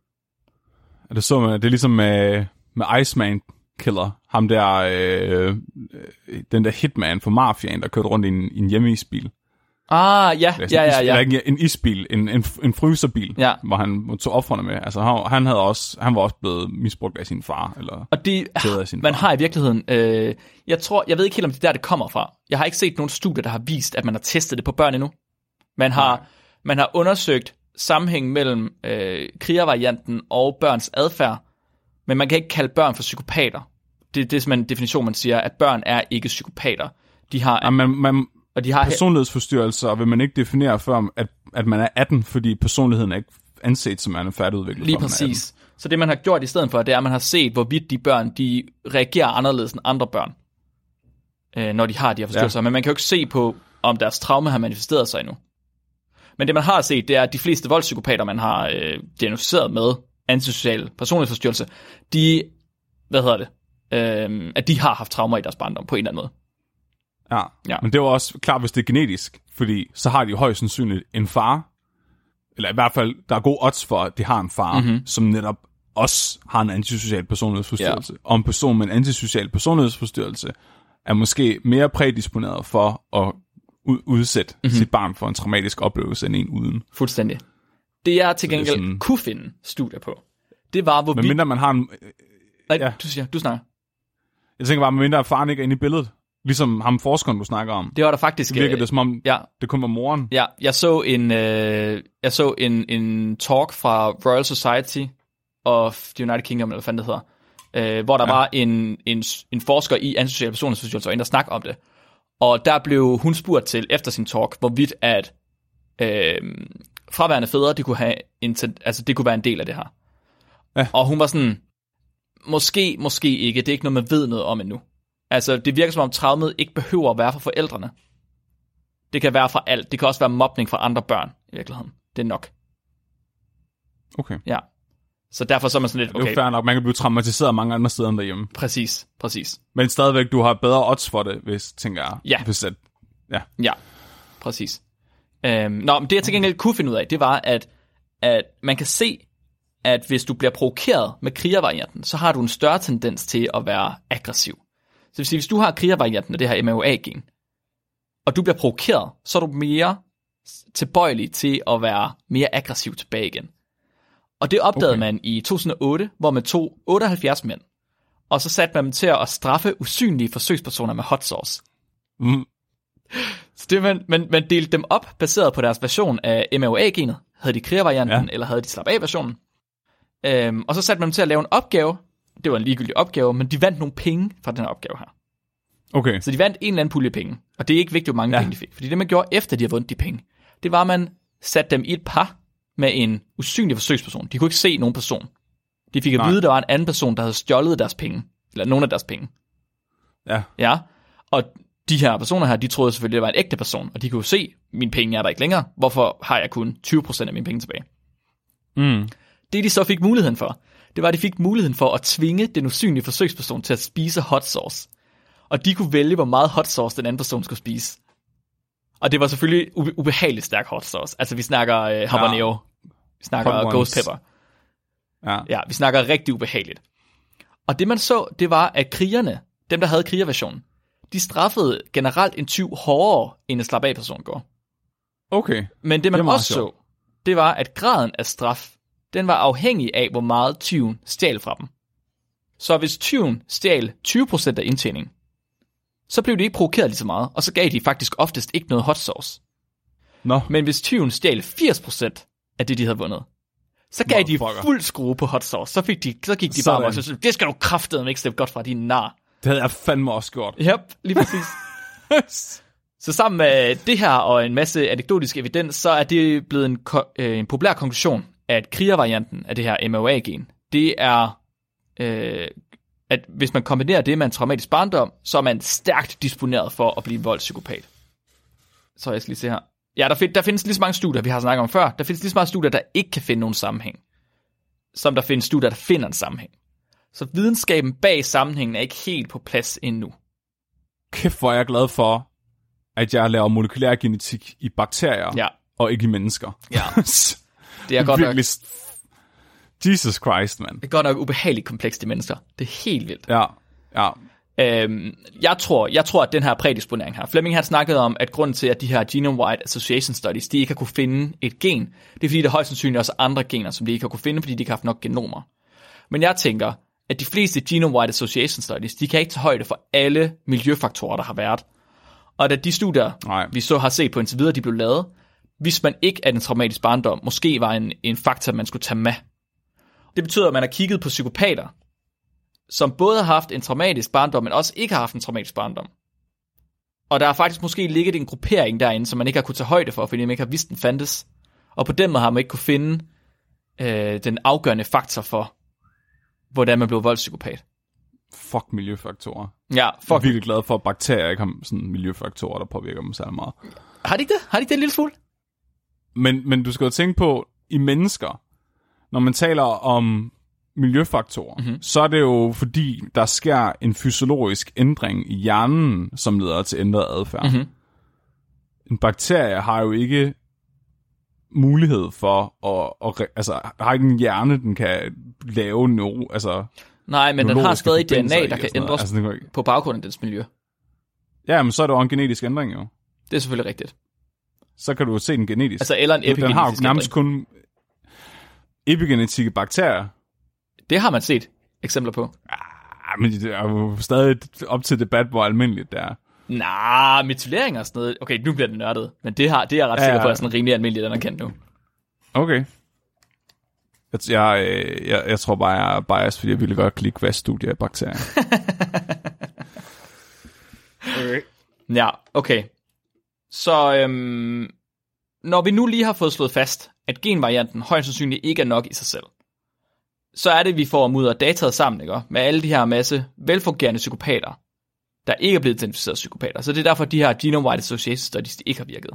Er det så, man, det er ligesom med, med Iceman Killer, ham der, øh, den der hitman for mafiaen, der kørte rundt i en, i en hjemmeisbil. Ah, ja, ja, ja, ja. Ikke en isbil, en, en, en fryserbil, ja. Hvor han tog ofrene med. Altså, han, han, havde også, han var også blevet misbrugt af sin far, eller og det, af sin man far. har i virkeligheden, øh, jeg tror, jeg ved ikke helt, om det der, det kommer fra. Jeg har ikke set nogen studier, der har vist, at man har testet det på børn endnu. Man har, ja. man har undersøgt sammenhængen mellem øh, krigervarianten og børns adfærd, men man kan ikke kalde børn for psykopater. Det, det er simpelthen en definition, man siger, at børn er ikke psykopater. De har... Ja, man, man, og de har personlighedsforstyrrelser vil man ikke definere før, at, at man er atten, fordi personligheden er ikke anset som en færdigudviklet. Lige præcis. Så det, man har gjort i stedet for, det er, at man har set, hvorvidt de børn, de reagerer anderledes end andre børn, øh, når de har de her forstyrrelser. Ja. Men man kan jo ikke se på, om deres traume har manifesteret sig endnu. Men det, man har set, det er, at de fleste voldspsykopater, man har øh, diagnosticeret med antisocial personlighedsforstyrrelse, de, hvad hedder det, øh, at de har haft traumer i deres barndom på en eller anden måde. Ja. ja, men det er jo også klart, hvis det er genetisk, fordi så har de jo højst sandsynligt en far, eller i hvert fald, der er god odds for, at de har en far, mm-hmm. som netop også har en antisocial personlighedsforstyrrelse. Ja. Og en person med en antisocial personlighedsforstyrrelse er måske mere prædisponeret for at ud- udsætte mm-hmm. sit barn for en traumatisk oplevelse end en uden. Fuldstændig. Det jeg til gengæld sådan... kunne finde studier på, det var, hvor men vi... mindre man har en... Nej, ja. du siger, du snakker. Jeg tænker bare, mindre faren ikke er inde i billedet. Ligesom ham forskeren, du snakker om. Det var der faktisk... Det virker det som om, ja. det kun var moren. Ja, jeg så en, øh, jeg så en, en talk fra Royal Society of the United Kingdom, eller hvad fanden det hedder, øh, hvor der ja. var en, en, en forsker i antisocial personlighedsforstyrrelse, og en, der snakker om det. Og der blev hun spurgt til, efter sin talk, hvorvidt at øh, fraværende fædre, det kunne, have en, altså, det kunne være en del af det her. Ja. Og hun var sådan, måske, måske ikke, det er ikke noget, man ved noget om endnu. Altså, det virker som om traumet ikke behøver at være fra forældrene. Det kan være fra alt. Det kan også være mobning fra andre børn, i virkeligheden. Det er nok. Okay. Ja. Så derfor så er man sådan lidt, okay. Det er jo fair nok, man kan blive traumatiseret mange andre steder end derhjemme. Præcis, præcis. Men stadigvæk, du har bedre odds for det, hvis, tænker jeg. Ja. Hvis at, ja. Ja, præcis. Øhm, nå, men det jeg til gengæld kunne finde ud af, det var, at, at man kan se, at hvis du bliver provokeret med krigervarianten, så har du en større tendens til at være aggressiv. Så det vil sige, hvis du har krigervarianten af det her M A O A-gen, og du bliver provokeret, så er du mere tilbøjelig til at være mere aggressiv tilbage igen. Og det opdagede okay. man i to tusind og otte, hvor man tog otteoghalvfjerds mænd, og så satte man dem til at straffe usynlige forsøgspersoner med hot sauce. Mm. Så det, man, man, man delte dem op, baseret på deres version af M A O A-genet. Havde de krigervarianten, ja. Eller havde de slap af-versionen. Øhm, og så satte man dem til at lave en opgave. Det var en ligegyldig opgave, men de vandt nogle penge fra den opgave her. Okay. Så de vandt en eller anden pulje penge. Og det er ikke vigtigt, hvor mange ja. penge de fik. Fordi det, man gjorde efter, de havde vundet de penge, det var, at man satte dem i et par med en usynlig forsøgsperson. De kunne ikke se nogen person. De fik at vide, at der var en anden person, der havde stjålet deres penge. Eller nogle af deres penge. Ja. Ja. Og de her personer her, de troede selvfølgelig, at det var en ægte person. Og de kunne jo se, at mine penge er der ikke længere. Hvorfor har jeg kun tyve procent af mine penge tilbage? Mm. Det, de så fik muligheden for, det var, at de fik muligheden for at tvinge den usynlige forsøgsperson til at spise hot sauce. Og de kunne vælge, hvor meget hot sauce den anden person skulle spise. Og det var selvfølgelig ube- ubehageligt stærk hot sauce. Altså, vi snakker øh, habanero. Ja. Vi snakker hot ghost pepper. Ja. ja, vi snakker rigtig ubehageligt. Og det, man så, det var, at krigerne, dem, der havde krigerversionen, de straffede generelt en tyv hårdere, end en slap af-person går. Okay. Men det, man det også sjovt. så, det var, at graden af straf, den var afhængig af, hvor meget tyven stjal fra dem. Så hvis tyven stjal tyve procent af indtjeningen, så blev de ikke provokeret lige så meget, og så gav de faktisk oftest ikke noget hot sauce. No. Men hvis tyven stjal firs procent af det, de havde vundet, så gav de fuld skrue på hot sauce. Så, fik de, så gik de bare og så det skal du kraftedeme ikke slippe godt fra, din nar. Det havde jeg fandme også gjort. Yep, lige præcis. Så sammen med det her og en masse anekdotisk evidens, så er det blevet en, ko- øh, en populær konklusion, at krigervarianten af det her M A O A-gen, det er øh, at hvis man kombinerer det med en traumatisk barndom, så er man stærkt disponeret for at blive en voldspsykopat. Så jeg skal lige se her. Ja, der, find, der findes lige så mange studier, vi har snakket om før. Der findes lige så mange studier, der ikke kan finde nogen sammenhæng, som der findes studier, der finder en sammenhæng. Så videnskaben bag sammenhængen er ikke helt på plads endnu. Kæft, hvor er jeg glad for, at jeg laver molekylær genetik i bakterier, ja. og ikke i mennesker. Ja. Det er godt nok... Jesus Christ, man. Det er godt nok ubehageligt komplekst i mennesker. Det er helt vildt. Ja, ja. Øhm, jeg, tror, jeg tror, at den her prædisponering her... Fleming har snakket om, at grunden til, at de her genome-wide association studies, de ikke har kunne finde et gen, det er fordi, der højst sandsynligt også andre gener, som de ikke har kunne finde, fordi de ikke har haft nok genomer. Men jeg tænker, at de fleste genome-wide association studies, de kan ikke tage højde for alle miljøfaktorer, der har været. Og da de studier, Nej. vi så har set på indtil videre, de blev lavet, hvis man ikke er en traumatisk barndom, måske var en, en faktor, man skulle tage med. Det betyder, at man har kigget på psykopater, som både har haft en traumatisk barndom, men også ikke har haft en traumatisk barndom. Og der er faktisk måske ligget en gruppering derinde, som man ikke har kunnet tage højde for, fordi man ikke har vidst, den fandtes. Og på den måde har man ikke kunne finde øh, den afgørende faktor for, hvordan man blev voldspsykopat. Fuck miljøfaktorer. Ja, fuck. Jeg er virkelig glad for, at bakterier ikke har sådan miljøfaktorer, der påvirker dem særlig meget. Har de ikke det? Har de ikke det en lille smule? Men, men du skal jo tænke på, i mennesker, når man taler om miljøfaktorer, mm-hmm. så er det jo fordi, der sker en fysiologisk ændring i hjernen, som leder til ændret adfærd. Mm-hmm. En bakterie har jo ikke mulighed for at, at altså har ikke en hjerne, den kan lave no, altså nej, men den har stadig D N A, der kan ændres altså, kan... på baggrund af dens miljø. Ja, men så er det jo en genetisk ændring jo. Det er selvfølgelig rigtigt. Så kan du se den genetisk. Altså eller en epigenetisk ændring. Den har jo nærmest kun epigenetiske bakterier. Det har man set eksempler på. Ah, men det er jo stadig op til debat, hvor almindeligt det er. Nej, metylering og sådan noget. Okay, nu bliver det nørdet. Men det, har, det er jeg ret ja, sikker på, at sådan rimelig almindeligt, den er kendt nu. Okay. Jeg, jeg, jeg, jeg tror bare, jeg er biased, fordi jeg ville godt klikke, hvad studie af bakterier. Okay. Ja, okay. Så øhm, når vi nu lige har fået slået fast, at genvarianten højst sandsynligt ikke er nok i sig selv, så er det, vi får mudret dataet sammen, ikke? Med alle de her masse velfungerende psykopater, der ikke er blevet identificeret psykopater. Så det er derfor, at de her genome-wide association studies, de ikke har virket.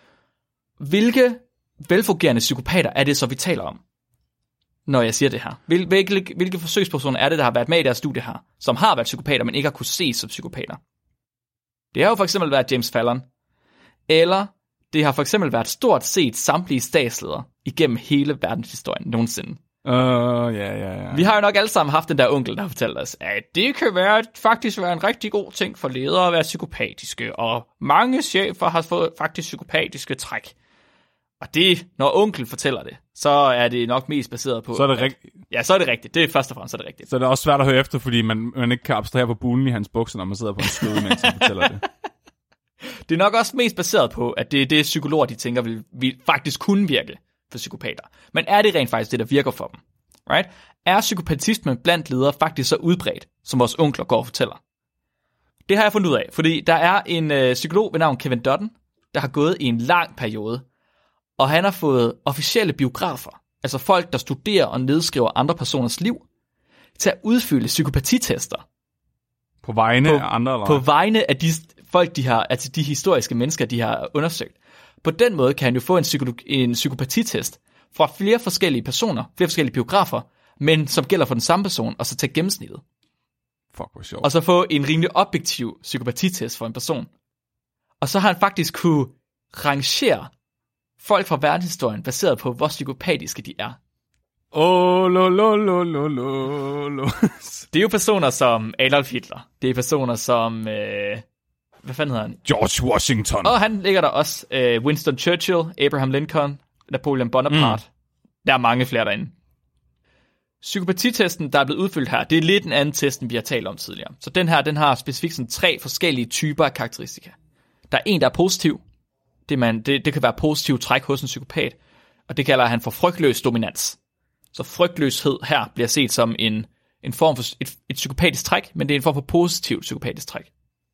Hvilke velfungerende psykopater er det så, vi taler om, når jeg siger det her? Hvilke, hvilke forsøgspersoner er det, der har været med i deres studie her, som har været psykopater, men ikke har kunne ses som psykopater? Det har jo for eksempel været James Fallon, eller det har for eksempel været stort set samtlige statsledere igennem hele verdenshistorien nogensinde. Uh, yeah, yeah, yeah. Vi har jo nok alle sammen haft den der onkel, der har fortalt os, at det kan være, faktisk være en rigtig god ting for ledere at være psykopatiske, og mange chefer har fået faktisk psykopatiske træk. Og det, når onkel fortæller det, så er det nok mest baseret på... Så er det rigtigt. Ja, så er det rigtigt. Det er først og fremmest, så er det rigtigt. Så er det også svært at høre efter, fordi man, man ikke kan abstrahere på bulen i hans bukser, når man sidder på en skøde, mens han fortæller det. Det er nok også mest baseret på, at det er det, psykologer de tænker vil, vil faktisk kunne virke for psykopater. Men er det rent faktisk det, der virker for dem? Right? Er psykopatismen blandt ledere faktisk så udbredt, som vores onkler går og fortæller? Det har jeg fundet ud af, fordi der er en øh, psykolog ved navn Kevin Dutton, der har gået i en lang periode, og han har fået officielle biografer, altså folk, der studerer og nedskriver andre personers liv, til at udfylde psykopatitester. På vegne på, af andre? Eller? På vegne af de folk, de har, altså de historiske mennesker, de har undersøgt. På den måde kan han jo få en, psykolo- en psykopatitest fra flere forskellige personer, flere forskellige biografer, men som gælder for den samme person, og så tage gennemsnittet. Fuck, hvor sjovt. Og så få en rimelig objektiv psykopatitest for en person. Og så har han faktisk kunne rangere folk fra verdenshistorien, baseret på, hvor psykopatiske de er. Oh, lo, lo, lo, lo, lo, lo. Det er jo personer som Adolf Hitler. Det er personer som... Øh, hvad fanden hedder han? George Washington. Og han ligger der også. Øh, Winston Churchill, Abraham Lincoln, Napoleon Bonaparte. Mm. Der er mange flere derinde. Psykopatitesten, der er blevet udfyldt her, det er lidt en anden test, end vi har talt om tidligere. Så den her, den har specifikt sådan tre forskellige typer af karakteristika. Der er en, der er positiv. Det, man, det, det kan være positiv træk hos en psykopat. Og det kalder han for frygtløs dominans. Så frygtløshed her bliver set som en, en form for et, et psykopatisk træk, men det er en form for positiv psykopatisk træk.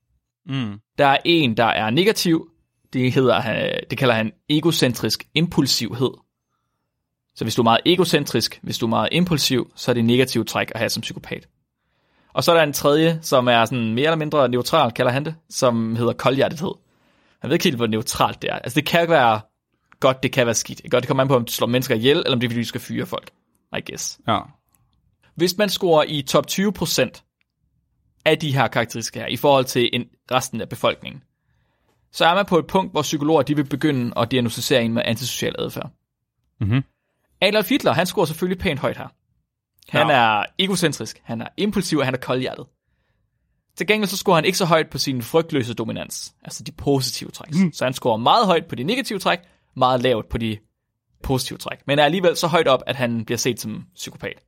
Mm. Der er en, der er negativ. Det, hedder, det kalder han egocentrisk impulsivhed. Så hvis du er meget egocentrisk, hvis du er meget impulsiv, så er det negativt træk at have som psykopat. Og så er der en tredje, som er sådan mere eller mindre neutral, kalder han det, som hedder koldhjertethed. Jeg ved ikke helt, hvor neutralt det er. Altså det kan være godt, det kan være skidt. Det kan godt komme an på, om du slår mennesker ihjel, eller om det er, fordi du skal fyre folk. I guess. Ja. Hvis man scorer i top tyve procent af de her karakteristikker her, i forhold til en, resten af befolkningen, så er man på et punkt, hvor psykologer de vil begynde at diagnostisere en med antisocial adfærd. Mm-hmm. Adolf Hitler, han scorer selvfølgelig pænt højt her. Han ja. er egocentrisk, han er impulsiv, og han er koldhjertet. Til gengæld så scorer han ikke så højt på sin frygtløse dominans, altså de positive træk. Mm. Så han scorer meget højt på de negative træk, meget lavt på de positive træk. Men er alligevel så højt op, at han bliver set som psykopat.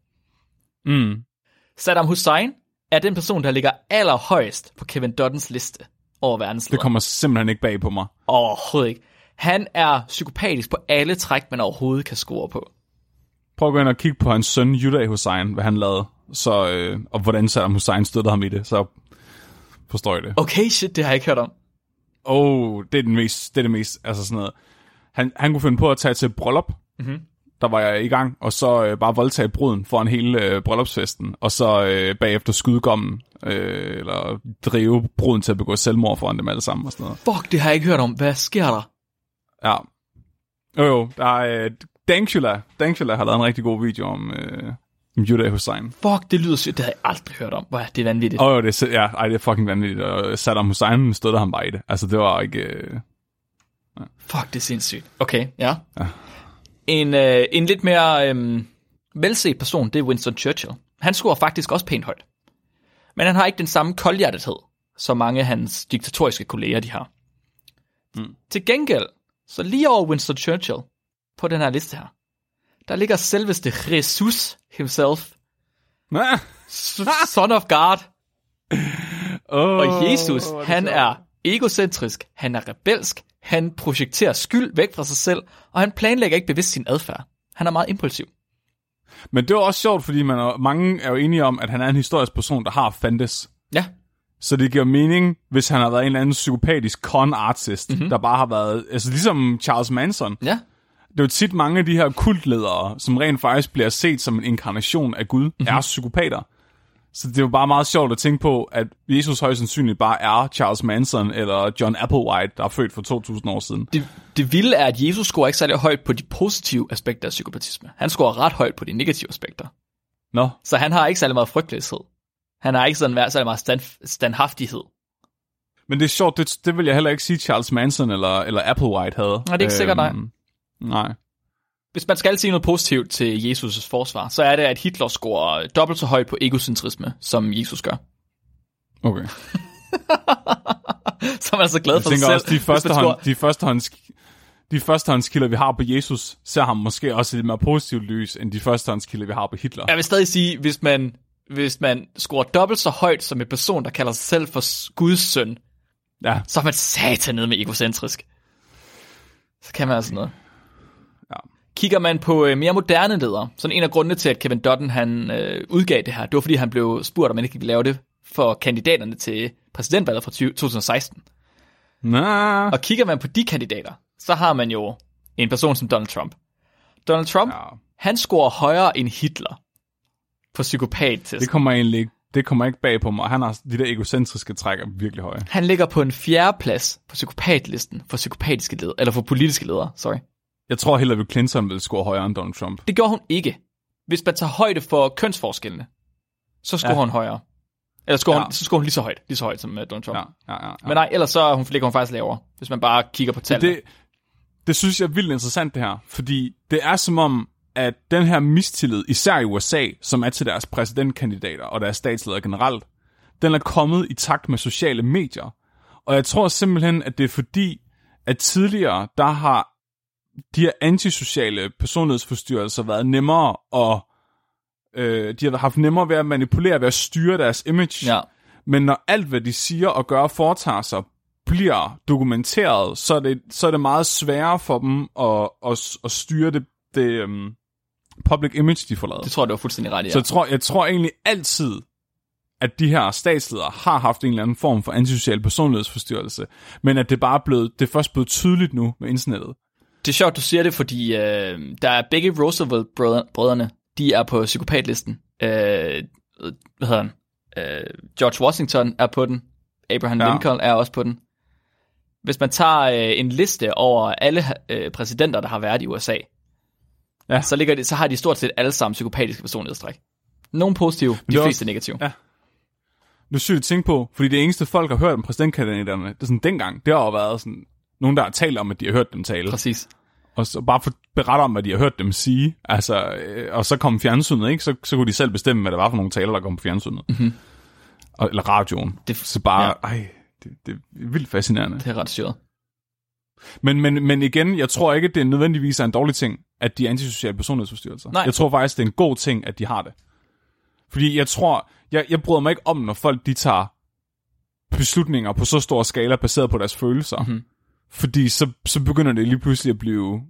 Mm. Saddam Hussein er den person, der ligger allerhøjest på Kevin Duttons liste over verdensledere. Det kommer simpelthen ikke bag på mig. Overhovedet ikke. Han er psykopatisk på alle træk, man overhovedet kan score på. Prøv at gå ind og kigge på hans søn, Uday Hussein, hvad han lavede, så, øh, og hvordan Saddam Hussein støttede ham i det, så forstår jeg det. Okay, shit, det har jeg ikke hørt om. Åh, oh, det er den mest, det er det mest, altså sådan noget. Han, han kunne finde på at tage til bryllup, mm-hmm. der var jeg i gang, og så øh, bare voldtage bruden foran hele øh, bryllupsfesten, og så øh, bagefter skyde gommen, øh, eller drive bruden til at begå selvmord foran dem alle sammen og sådan noget. Fuck, det har jeg ikke hørt om. Hvad sker der? Ja. Jo jo, der er... Øh, Dankula, Dankula har lavet en rigtig god video om, øh, om Uday Hussein. Fuck, det lyder sygt. Det har jeg aldrig hørt om. Hvor er det vanvittigt. Åh, oh, det, ja, ej, det er fucking vanvittigt. Og Saddam Hussein støttede ham bare i det. Altså, det var ikke... Øh... Ja. Fuck, det er sindssygt. Okay, ja. ja. En, øh, en lidt mere øh, velset person, det er Winston Churchill. Han scorer faktisk også pænt højt. Men han har ikke den samme koldhjertethed, som mange af hans diktatoriske kolleger, de har. Mm. Til gengæld, så lige over Winston Churchill, på den her liste her, der ligger selveste Jesus himself. Son of God. Oh, og Jesus, han er egocentrisk, han er rebelsk, han projekterer skyld væk fra sig selv, og han planlægger ikke bevidst sin adfærd. Han er meget impulsiv. Men det er også sjovt, fordi man er, mange er jo enige om, at han er en historisk person, der har fandtes. Ja. Så det giver mening, hvis han har været en eller anden psykopatisk con artist, mm-hmm. der bare har været, altså ligesom Charles Manson. Ja. Det er jo tit mange af de her kultledere, som rent faktisk bliver set som en inkarnation af Gud, mm-hmm. er psykopater. Så det er jo bare meget sjovt at tænke på, at Jesus højst sandsynligt bare er Charles Manson eller John Applewhite, der er født for to tusind år siden. Det, det vilde er, at Jesus scorer ikke særlig højt på de positive aspekter af psykopatisme. Han scorer ret højt på de negative aspekter. Nå. Så han har ikke særlig meget frygtløshed. Han har ikke sådan særlig meget stand, standhaftighed. Men det er sjovt, det, det vil jeg heller ikke sige, Charles Manson eller, eller Applewhite havde. Nej, det er ikke øhm, sikkert, nej. Nej. Hvis man skal sige noget positivt til Jesus' forsvar, så er det, at Hitler scorer dobbelt så højt på egocentrisme, som Jesus gør. Okay. Så er man altså glad jeg for sig selv. Også, de førstehånd, de førstehånds, de førstehåndskilder, vi har på Jesus, ser ham måske også lidt mere positivt lys, end de førstehåndskilder, vi har på Hitler. Jeg vil stadig sige, hvis man, hvis man scorer dobbelt så højt som en person, der kalder sig selv for Guds søn, ja. så er man satan nede med egocentrisk. Så kan man altså noget. Ja. Kigger man på øh, mere moderne ledere, sådan en af grundene til, at Kevin Dutton han øh, udgav det her, det var fordi han blev spurgt, om man ikke ville lave det for kandidaterne til præsidentvalget fra to tusind og seksten. Nah. Og kigger man på de kandidater, så har man jo en person som Donald Trump. Donald Trump, ja. Han scorer højere end Hitler på psykopat-testen. Det kommer egentlig ikke, det kommer ikke bag på mig. Han har de der egocentriske trækker virkelig høje. Han ligger på en fjerde plads på psykopatlisten for psykopatiske ledere, eller for politiske ledere, sorry. Jeg tror Hillary Clinton ville score højere end Donald Trump. Det gjorde hun ikke. Hvis man tager højde for kønsforskellene, så scorer ja. hun højere. Eller scorer ja. hun, så scorer hun lige så højt, lige så højt som uh, Donald Trump. Ja, ja, ja, ja. Men nej, ellers så hun, ligger hun faktisk lavere, hvis man bare kigger på tallene. Det, det synes jeg er vildt interessant det her, fordi det er som om, at den her mistillid, især i U S A, som er til deres præsidentkandidater og deres statsledere generelt, den er kommet i takt med sociale medier. Og jeg tror simpelthen, at det er fordi, at tidligere, der har de her antisociale personlighedsforstyrrelser været nemmere og øh, de har haft nemmere ved at manipulere, ved at styre deres image. Ja. Men når alt, hvad de siger og gør og foretager sig, bliver dokumenteret, så er det, så er det meget sværere for dem at, at, at styre det, det um, public image, de får lavet. Det tror jeg, det var fuldstændig ret i, ja. Så jeg tror, jeg tror egentlig altid, at de her statsledere har haft en eller anden form for antisocial personlighedsforstyrrelse, men at det bare er blevet, det er først blevet tydeligt nu med internettet. Det er sjovt, du siger det, fordi øh, der er begge Roosevelt-brødrene, de er på psykopatlisten. Øh, hvad hedder han? Øh, George Washington er på den. Abraham ja. Lincoln er også på den. Hvis man tager øh, en liste over alle øh, præsidenter, der har været i U S A, ja. så, ligger de, så har de stort set alle sammen psykopatiske personlighedstræk. Nogle positive, de fleste også, negative. Ja. Nu synes jeg at tænke på, fordi det eneste folk har hørt om præsidentkandidaterne, det er sådan dengang, det har jo været sådan, nogen der har talt om, at de har hørt dem tale. Præcis. Og så bare for berette om, hvad de har hørt dem sige, altså, øh, og så kom fjernsynet, ikke? Så, så kunne de selv bestemme, hvad det var for nogle taler, der kom på fjernsynet. Mm-hmm. Og, eller radioen. Det, så bare, ja. ej, det, det er vildt fascinerende. Det er ret sjovt. Men, men, men igen, jeg tror ikke, at det nødvendigvis er en dårlig ting, at de er antisociale personlighedsforstyrrelser. Nej. Jeg tror faktisk, det er en god ting, at de har det. Fordi jeg tror, jeg, jeg bryder mig ikke om, når folk de tager beslutninger på så stor skala, baseret på deres følelser. Mm-hmm. Fordi så, så begynder det lige pludselig at blive...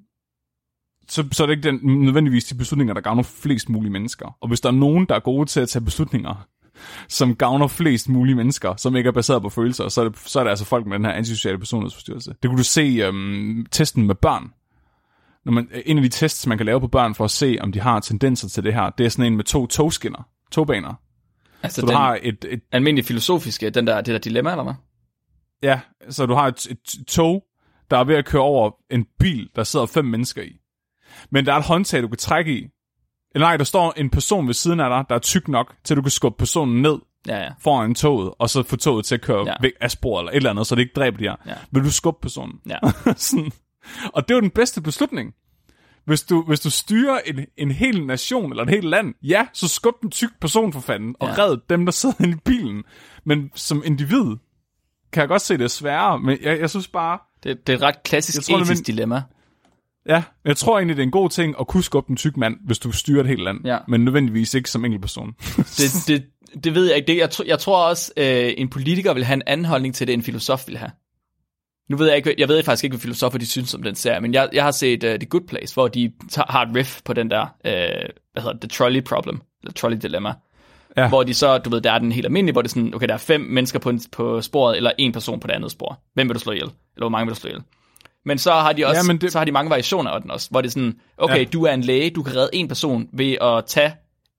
Så, så er det ikke den, nødvendigvis de beslutninger, der gavner flest mulige mennesker. Og hvis der er nogen, der er gode til at tage beslutninger, som gavner flest mulige mennesker, som ikke er baseret på følelser, så er det, så er det altså folk med den her antisociale personlighedsforstyrrelse. Det kunne du se um, testen med børn. Når man, en af de tests, man kan lave på børn for at se, om de har tendenser til det her, det er sådan en med to togskinner, togbaner. Altså så den du har et, et almindelig filosofiske, den der, det der dilemma, eller hvad? Ja, så du har et, et tog, der er ved at køre over en bil, der sidder fem mennesker i. Men der er et håndtag, du kan trække i. Eller nej, der står en person ved siden af dig, der er tyk nok, til du kan skubbe personen ned ja, ja. foran toget, og så få toget til at køre ja. væk af sporet, eller et eller andet, så det ikke dræber de her. Ja. Vil du skubbe personen? Ja. Sådan. Og det er jo den bedste beslutning. Hvis du, hvis du styrer en, en hel nation, eller et helt land, ja, så skub den tyk person for fanden, og ja. red dem, der sidder inde i bilen. Men som individ, kan jeg godt se, det er sværere, men jeg, jeg synes bare... Det, det er et ret klassisk tror, etisk det, dilemma. Ja, jeg tror egentlig, det er en god ting at kunne skubbe en tyk mand, hvis du styrer et helt land. Ja. Men nødvendigvis ikke som enkelt person. det, det, det ved jeg ikke. Det, jeg, jeg tror også, øh, en politiker vil have en anden holdning til det, en filosof vil have. Nu ved jeg ikke, jeg ved faktisk ikke, hvad filosofer de synes om den serie, men jeg, jeg har set uh, The Good Place, hvor de tager, har et riff på den der, øh, hvad hedder det, The Trolley Problem, eller Trolley Dilemma. Ja. Hvor de så, du ved, der er den helt almindelige, hvor det er sådan, okay, der er fem mennesker på, en, på sporet, eller en person på det andet spor. Hvem vil du slå ihjel? Eller hvor mange vil du slå ihjel? Men så har de også, ja, det... så har de mange variationer af den også, hvor det er sådan, okay, ja. du er en læge, du kan redde en person ved at tage,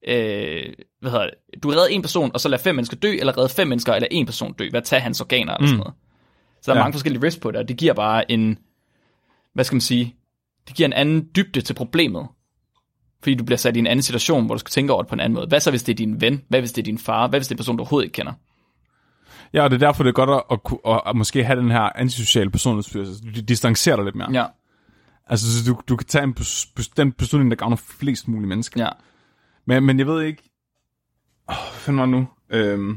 øh, hvad hedder det, du kan redde en person, og så lade fem mennesker dø, eller redde fem mennesker, eller en person dø, ved at tage hans organer, eller mm. sådan noget. Så der er ja. mange forskellige risks på det, og det giver bare en, hvad skal man sige, det giver en anden dybde til problemet. Fordi du bliver sat i en anden situation, hvor du skal tænke over det på en anden måde. Hvad så, hvis det er din ven? Hvad hvis det er din far? Hvad hvis det er en person, du overhovedet ikke kender? Ja, og det er derfor, det er godt at, at, at, at måske have den her antisociale personlighedsforstyrrelse. Du distancerer dig lidt mere. Ja. Altså, så du, du kan tage en, den beslutning, der gavner flest mulige mennesker. Ja. Men, men jeg ved ikke... Åh, hvad fanden var det nu? Øhm...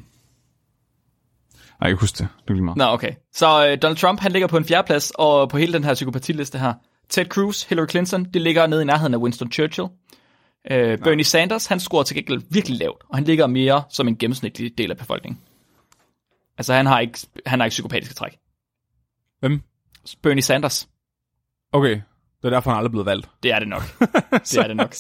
Nej, jeg kan huske det. Det er lige meget. Nå, okay. Så øh, Donald Trump, han ligger på en fjerdeplads, og på hele den her psykopatiliste her. Ted Cruz, Hillary Clinton, de ligger nede i nærheden af Winston Churchill. Øh, Bernie Sanders, han scorer til gengæld virkelig lavt, og han ligger mere som en gennemsnitlig del af befolkningen. Altså, han har ikke, han har ikke psykopatiske træk. Hvem? Bernie Sanders. Okay, det er derfor, han aldrig er blevet valgt. Det er det nok. Det er det nok.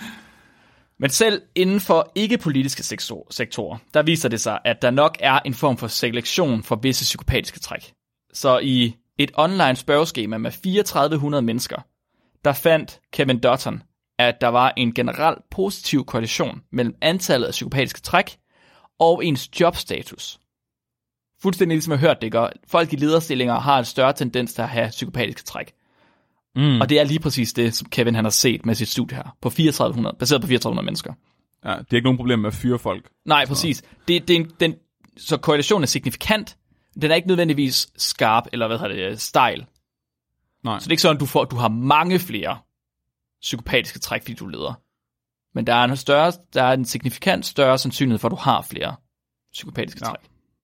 Men selv inden for ikke-politiske sektorer, der viser det sig, at der nok er en form for selektion for visse psykopatiske træk. Så i et online spørgeskema med fireogtredive hundrede mennesker, der fandt Kevin Dutton, at der var en generelt positiv korrelation mellem antallet af psykopatiske træk og ens jobstatus. Fuldstændig ligesom jeg har hørt det, gør. Folk i lederstillinger har en større tendens til at have psykopatiske træk. Mm. Og det er lige præcis det, som Kevin han har set med sit studie her, på fireogtredive hundrede, baseret på fireogtredive hundrede mennesker. Ja, det er ikke nogen problem med at fyre folk. Nej, så. Præcis. Det, det er en, den, så korrelationen er signifikant. Den er ikke nødvendigvis skarp, eller hvad hedder det, stejl. Nej. Så det er ikke sådan, at du, får, du har mange flere psykopatiske træk, fordi du er leder. Men der er en større, der er en signifikant større sandsynlighed for, at du har flere psykopatiske ja. træk.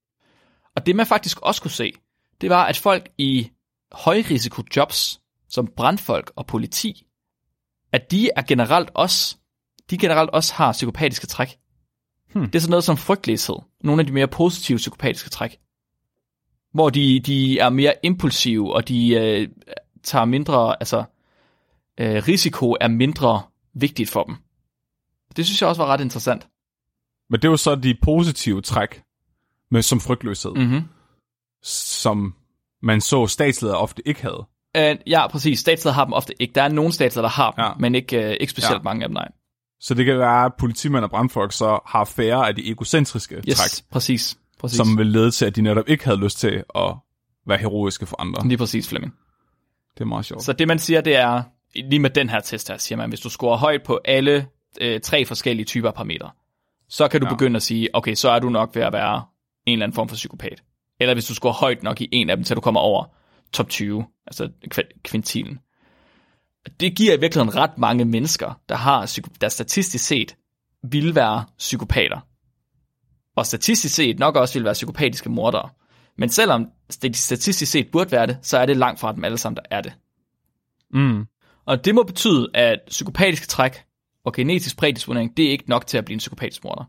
Og det man faktisk også kunne se, det var, at folk i højrisikojobs, som brandfolk og politi, at de er generelt også, de generelt også har psykopatiske træk. Hmm. Det er sådan noget som frygtlæshed. Nogle af de mere positive psykopatiske træk. Hvor de, de er mere impulsive, og de øh, tager mindre, altså øh, risiko er mindre vigtigt for dem. Det synes jeg også var ret interessant. Men det var så de positive træk, med som frygtløshed, mm-hmm. som man så statsledere ofte ikke havde. Uh, ja, præcis. Statsledere har dem ofte ikke. Der er nogle statsledere, der har dem, Ja. men ikke, uh, ikke specielt Ja. mange af dem, nej. Så det kan være, at politimænd og brandfolk så har færre af de egocentriske Yes, træk, præcis. præcis. som vil lede til, at de netop ikke havde lyst til at være heroiske for andre. Lige præcis, Flemming. Det er meget sjovt. Så det, man siger, det er, lige med den her test her, siger man, hvis du scorer højt på alle øh, tre forskellige typer af parametre, så kan du ja. begynde at sige, okay, så er du nok ved at være en eller anden form for psykopat. Eller hvis du scorer højt nok i en af dem, så du kommer over top tyve, altså kvintilen. Det giver i virkeligheden ret mange mennesker, der har der statistisk set vil være psykopater. Og statistisk set nok også vil være psykopatiske mordere. Men selvom det statistisk set burde være det, så er det langt fra dem alle sammen, der er det. Mm. Og det må betyde, at psykopatiske træk og genetisk prædisponering, det er ikke nok til at blive en psykopatisk morder.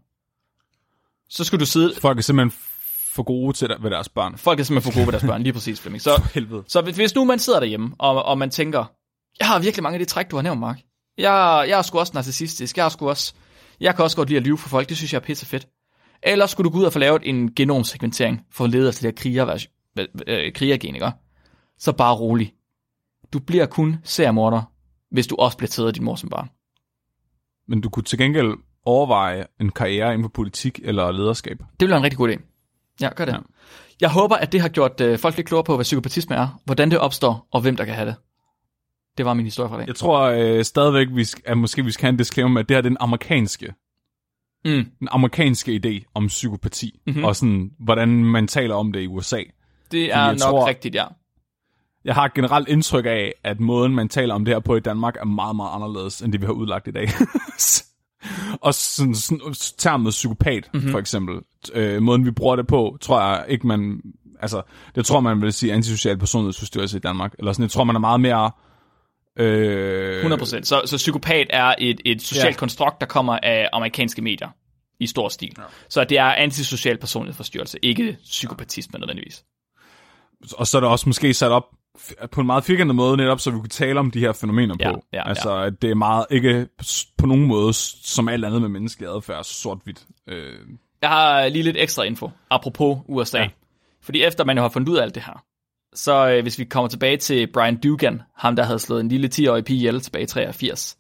Så skal du sidde... Folk er simpelthen for gode til ved deres børn. Folk er simpelthen for gode ved deres børn, lige præcis, Flemming. Så, helvede. så hvis nu man sidder derhjemme, og, og man tænker, jeg har virkelig mange af de træk, du har nævnt, Mark. Jeg, jeg er sgu også narcissistisk, jeg er sgu også... Jeg kan også godt lide at lyve for folk, det synes jeg er pisse fedt. Eller skulle du gå ud og få lavet en genomsekventering for at lede os til det her kriger, øh, krigergen, ikke? Så bare rolig. Du bliver kun seriemorder, hvis du også bliver taget af din mor som barn. Men du kunne til gengæld overveje en karriere inden for politik eller lederskab. Det ville være en rigtig god idé. Ja, gør det. Ja. Jeg håber, at det har gjort øh, folk lidt klogere på, hvad psykopatisme er, hvordan det opstår, og hvem der kan have det. Det var min historie fra dag. Jeg tror øh, stadigvæk, vi skal, at måske vi skal have en disclaimer med, at det her er den amerikanske, mm. den amerikanske idé om psykopati, mm-hmm. og sådan, hvordan man taler om det i U S A. Det er nok tror, rigtigt, ja. Jeg har et generelt indtryk af, at måden, man taler om det her på i Danmark, er meget, meget anderledes, end det vi har udlagt i dag. Og sådan, sådan termet psykopat, mm-hmm. for eksempel. Øh, måden, vi bruger det på, tror jeg ikke, man... Altså, det tror man vil sige antisocial personlighedsforstyrrelse i Danmark. Eller sådan, jeg tror, man er meget mere... Øh... hundrede procent. Så, så psykopat er et, et socialt ja. konstrukt, der kommer af amerikanske medier i stor stil. Ja. Så det er antisocial personlighedsforstyrrelse, ikke psykopatisme nødvendigvis. Og så er det også måske sat op på en meget firkantet måde netop, så vi kunne tale om de her fænomener ja, på. Ja, altså, ja. at det er meget ikke på nogen måde, som alt andet med menneskelig adfærd, sort-hvidt. Øh... Jeg har lige lidt ekstra info, apropos U S A. Ja. Fordi efter man jo har fundet ud af alt det her, så øh, hvis vi kommer tilbage til Brian Dugan, ham der havde slået en lille ti-årig pige ihjel tilbage i treogfirs,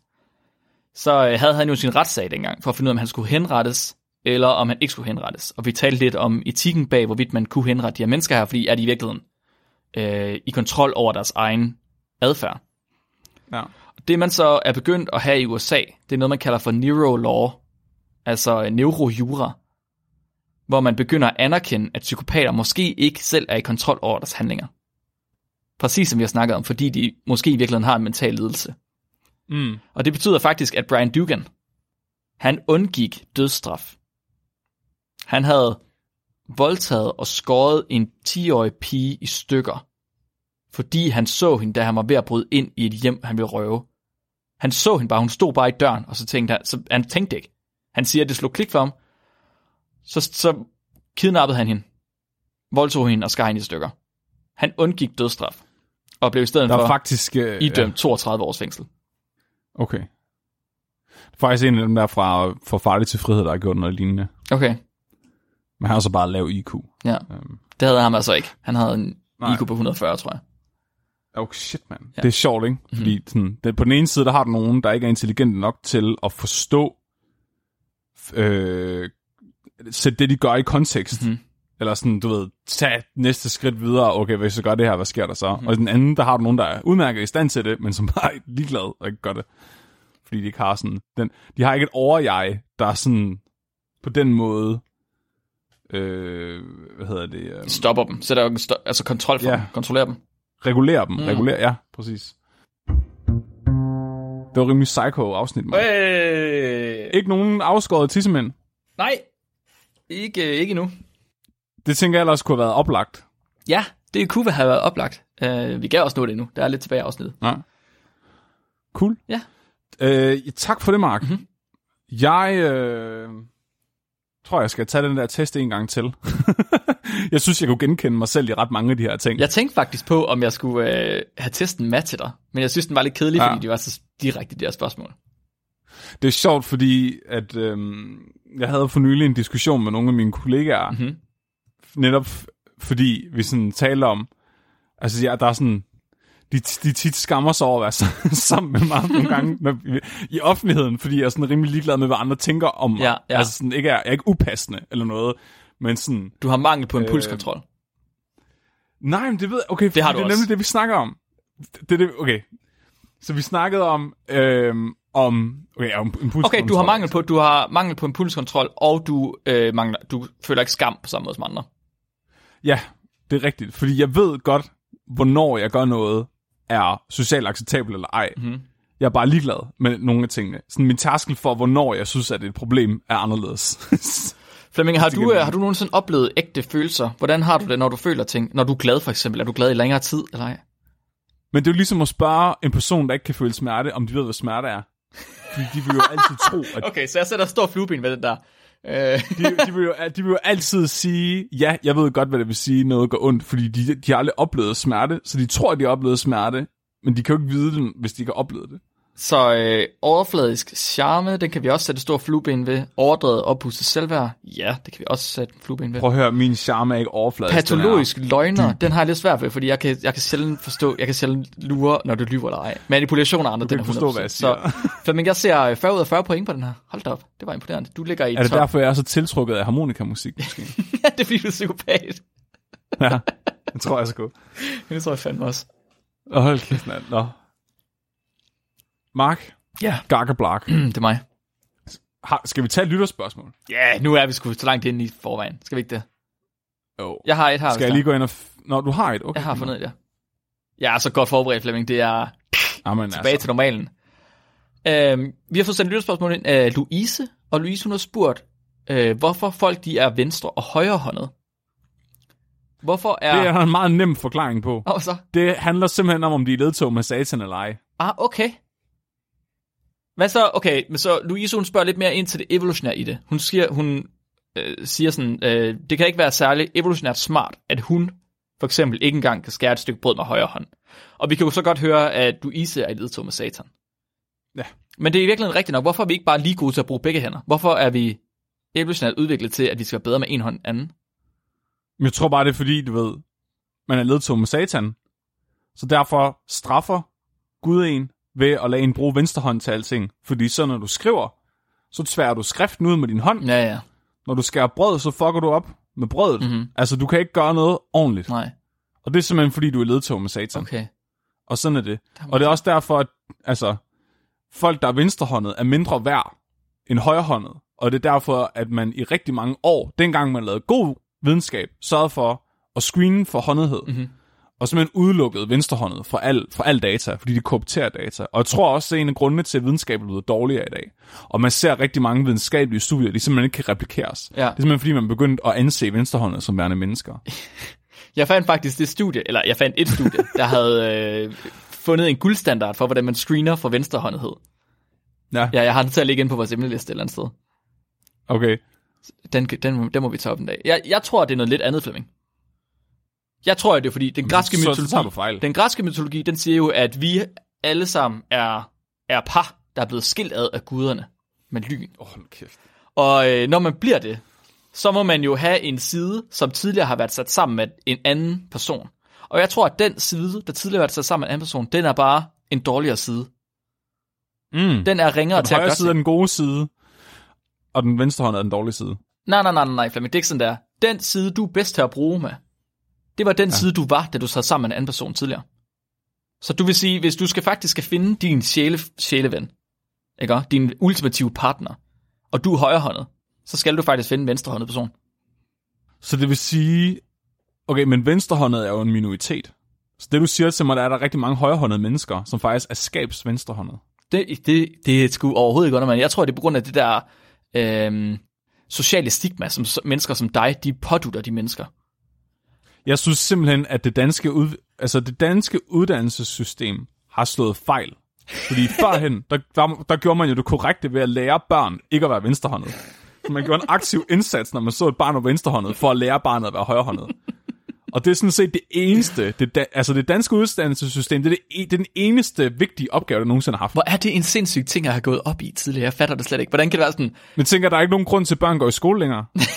så øh, havde han jo sin retssag dengang, for at finde ud af, om han skulle henrettes, eller om han ikke skulle henrettes. Og vi talte lidt om etikken bag, hvorvidt man kunne henrette de her mennesker her, fordi er de i virkeligheden øh, i kontrol over deres egen adfærd. Ja. Det man så er begyndt at have i U S A, det er noget, man kalder for neurolaw, altså neurojura, hvor man begynder at anerkende, at psykopater måske ikke selv er i kontrol over deres handlinger. Præcis som vi har snakket om, fordi de måske i virkeligheden har en mental lidelse. Mm. Og det betyder faktisk, at Brian Dugan, han undgik dødsstraf. Han havde voldtaget og skåret en ti-årig pige i stykker, fordi han så hende, da han var ved at bryde ind i et hjem, han ville røve. Han så hende bare, hun stod bare i døren, og så tænkte han, så han tænkte ikke. Han siger, at det slog klik for ham. Så, så kidnappede han hende, voldtog hende og skar hende i stykker. Han undgik dødsstraf, og blev i stedet der for faktisk, uh, idømt ja. toogtredive års fængsel. Okay. Det er faktisk en af dem der fra For farlig til frihed, der har gjort noget lignende. Okay. Men han har så bare lav I Q. Ja, um. det havde han altså ikke. Han havde en Nej. I Q på et hundrede og fyrre, tror jeg. Oh shit, man. Ja. Det er sjovt, ikke? Mm-hmm. Fordi sådan, det, på den ene side, der har du nogen, der ikke er intelligente nok til at forstå, øh, sætte det, de gør i kontekst. Mm-hmm. Eller sådan, du ved, tage næste skridt videre. Okay, hvis jeg gør det her, hvad sker der så? Mm-hmm. Og den anden, der har du nogen, der er udmærket i stand til det, men som bare er ligeglad og ikke gør det. Fordi de ikke har sådan... Den, de har ikke et over-jeg, der er sådan... På den måde... Øh, hvad hedder det? Øh, Stopper dem. Sætter sto- altså kontrol for ja. dem. Kontrollerer dem. Regulerer dem. Mm. Regulerer, ja, præcis. Det var rimelig psycho-afsnit, man. Øh... Ikke nogen afskåret tissemænd? Nej, ikke, ikke endnu. Det tænker jeg ellers kunne have været oplagt. Ja, det kunne have været oplagt. Uh, vi kan også nå det endnu. Der er lidt tilbage i afsnittet. Ja. Cool. Ja. Øh, tak for det, Mark. Mm-hmm. Jeg øh, tror, jeg skal tage den der test en gang til. Jeg synes, jeg kunne genkende mig selv i ret mange af de her ting. Jeg tænkte faktisk på, om jeg skulle øh, have testen med til dig. Men jeg synes, den var lidt kedelig, ja. Fordi de var så direkte, de her spørgsmål. Det er sjovt, fordi at, øhm, jeg havde for nylig en diskussion med nogle af mine kollegaer. Mm-hmm. Netop fordi vi sådan taler om... Altså, ja, der er sådan... de, de tit skammer sig over at være sammen med mig nogle gange når, i offentligheden, fordi jeg er sådan rimelig ligeglad med, hvad andre tænker om mig. Ja, ja. Altså sådan, ikke er, jeg er ikke upassende eller noget, men sådan... Du har mangel på impulskontrol. Øh, nej, men det ved jeg. Okay, det har du det er også. nemlig det, vi snakker om. Det er det, okay. Så vi snakkede om... Øh, om, okay, om impulskontrol. Okay, du har mangel på, du har mangel på impulskontrol, og du, øh, mangler, du føler ikke skam på samme måde som andre. Ja, det er rigtigt. Fordi jeg ved godt, hvornår jeg gør noget, er socialt acceptabelt eller ej. Mm-hmm. Jeg er bare ligeglad med nogle af tingene. Sådan min tærskel for, hvornår jeg synes, at det er et problem, er anderledes. Flemming, har du, har du nogensinde oplevet ægte følelser? Hvordan har du det, når du føler ting? Når du er glad, for eksempel. Er du glad i længere tid, eller ej? Men det er jo ligesom at spørge en person, der ikke kan føle smerte, om de ved, hvad smerte er. Fordi de vil jo altid tro, at... Okay, så jeg sætter stor flueben ved den der. de, de, vil jo, de vil jo altid sige, ja, jeg ved godt, hvad det vil sige, noget går ondt, fordi de, de har aldrig oplevet smerte, så de tror, de har oplevet smerte, men de kan jo ikke vide det, hvis de ikke har oplevet det. Så øh, overfladisk charme, den kan vi også sætte stor flueben ved. Overdrevet oppustet selvværd, ja, det kan vi også sætte flueben ved. Prøv at høre, min charme er ikke overfladisk. Patologisk løgner, den har jeg lidt svært ved, fordi jeg kan, jeg kan sjældent forstå, jeg kan sjældent lure, når du lyver eller ej. Manipulation og andre, den er hundrede procent. Forstå, hvad jeg siger. Så, Flemming, jeg ser fyrre ud af fyrre point på den her. Hold da op, det var imponerende. Du ligger i Er det top. derfor, jeg er så tiltrukket af harmonikamusik, måske? Ja, det er fordi, du er psykopat. Ja, det tror jeg sgu. Det tror jeg fandme også. Åh, hold kæft, mand. Nå. Mark? Ja. Gakkeblak. Det er mig. Har, skal vi tage et lytterspørgsmål? Ja, yeah, nu er vi sgu så langt inde i forvejen. Skal vi ikke det? Jo. Oh. Jeg har et her. Skal jeg lige gå ind og... F- Nå, du har et? Okay. Jeg har fundet et, ja. Jeg er så godt forberedt, Flemming. Det er Amen, tilbage altså. til normalen. Øhm, vi har fået sendt et lytterspørgsmål ind af Louise, og Louise hun har spurgt, øh, hvorfor folk de er venstre- og højrehåndet. Hvorfor er... Det er en meget nem forklaring på. Og så? Det handler simpelthen om, om de er ledtog med satan eller ej. Ah, okay. Hvad så? Okay, men så Louise hun spørger lidt mere ind til det evolutionære i det. Hun siger, hun øh, siger sådan, øh, det kan ikke være særlig evolutionært smart, at hun for eksempel ikke engang kan skære et stykke brød med højre hånd. Og vi kan jo så godt høre, at Louise er i ledtog med satan. Ja. Men det er i virkeligheden rigtigt nok. Hvorfor er vi ikke bare lige gode til at bruge begge hænder? Hvorfor er vi evolutionært udviklet til, at vi skal være bedre med en hånd end anden? Jeg tror bare, det er fordi, du ved, man er ledtog med satan. Så derfor straffer Gud en ved at lade en bruge venstre hånd til alting. Fordi så når du skriver, så tværer du skriften ud med din hånd. Ja, ja. Når du skærer brød, så fucker du op med brødet. Mm-hmm. Altså, du kan ikke gøre noget ordentligt. Nej. Og det er simpelthen, fordi du er ledtog med satan. Okay. Og sådan er det. Og det er også derfor, at altså, folk, der er venstrehåndet, er mindre værd end højrehåndet. Og det er derfor, at man i rigtig mange år, dengang man lavede god videnskab, sørgede for at screene for håndethed. Mm-hmm. Og simpelthen udelukkede venstrehåndet fra al, fra al data, fordi de korrupterer data. Og jeg tror også, det er en af grundene til, at videnskaben er blevet dårligere i dag. Og man ser rigtig mange videnskabelige studier, de simpelthen ikke kan replikeres. Ja. Det er simpelthen, fordi man begyndte at anse venstrehåndet som værende mennesker. Jeg fandt faktisk det studie, eller jeg fandt et studie, der havde øh, fundet en guldstandard for, hvordan man screener for venstrehåndethed. Ja. Ja, jeg har den til at ligge inde på vores emneliste et eller andet sted. Okay. Den, den, den må vi tage op en dag. Jeg, jeg tror, det er noget lidt andet, Flemming. Jeg tror, det er fordi, den græske så, mytologi, så den græske mytologi, den siger jo, at vi alle sammen er, er par, der er blevet skilt ad af guderne med lyn. Åh, oh, kæft. Og øh, når man bliver det, så må man jo have en side, som tidligere har været sat sammen med en anden person. Og jeg tror, at den side, der tidligere har været sat sammen med en anden person, den er bare en dårligere side. Mm. Den er ringere til at gøre. Den højre side er den gode side, og den venstre hånd er den dårlige side. Nej, nej, nej, nej, Flemming, det er ikke sådan der. Den side, du er bedst til at bruge med, det var den ja. side, du var, da du sad sammen med en anden person tidligere. Så du vil sige, hvis du skal faktisk skal finde din sjæle, sjæleven, ikke? Din ultimative partner, og du er højrehåndet, så skal du faktisk finde en venstrehåndet person. Så det vil sige, okay, men venstrehåndet er jo en minoritet. Så det du siger til mig, der er der rigtig mange højrehåndede mennesker, som faktisk er skabs venstrehåndet. Det, det, det er sgu overhovedet ikke under, men jeg tror, det er på grund af det der øh, sociale stigma, som mennesker som dig, de pådutter de mennesker. Jeg synes simpelthen, at det danske, ud, altså det danske uddannelsessystem har slået fejl. Fordi førhen, der, der, der gjorde man jo det korrekte ved at lære børn ikke at være venstrehåndet. Så man gjorde en aktiv indsats, når man så et barn var venstrehåndet, for at lære barnet at være højrehåndet. Og det er sådan set det eneste, det, da, altså det danske uddannelsessystem, det er, det, det er den eneste vigtige opgave, der nogensinde har haft. Hvor er det en sindssyg ting, jeg har gået op i tidligere? Jeg fatter det slet ikke. Hvordan kan det være sådan? Men tænker, der er ikke nogen grund til, at børn går i skole længere?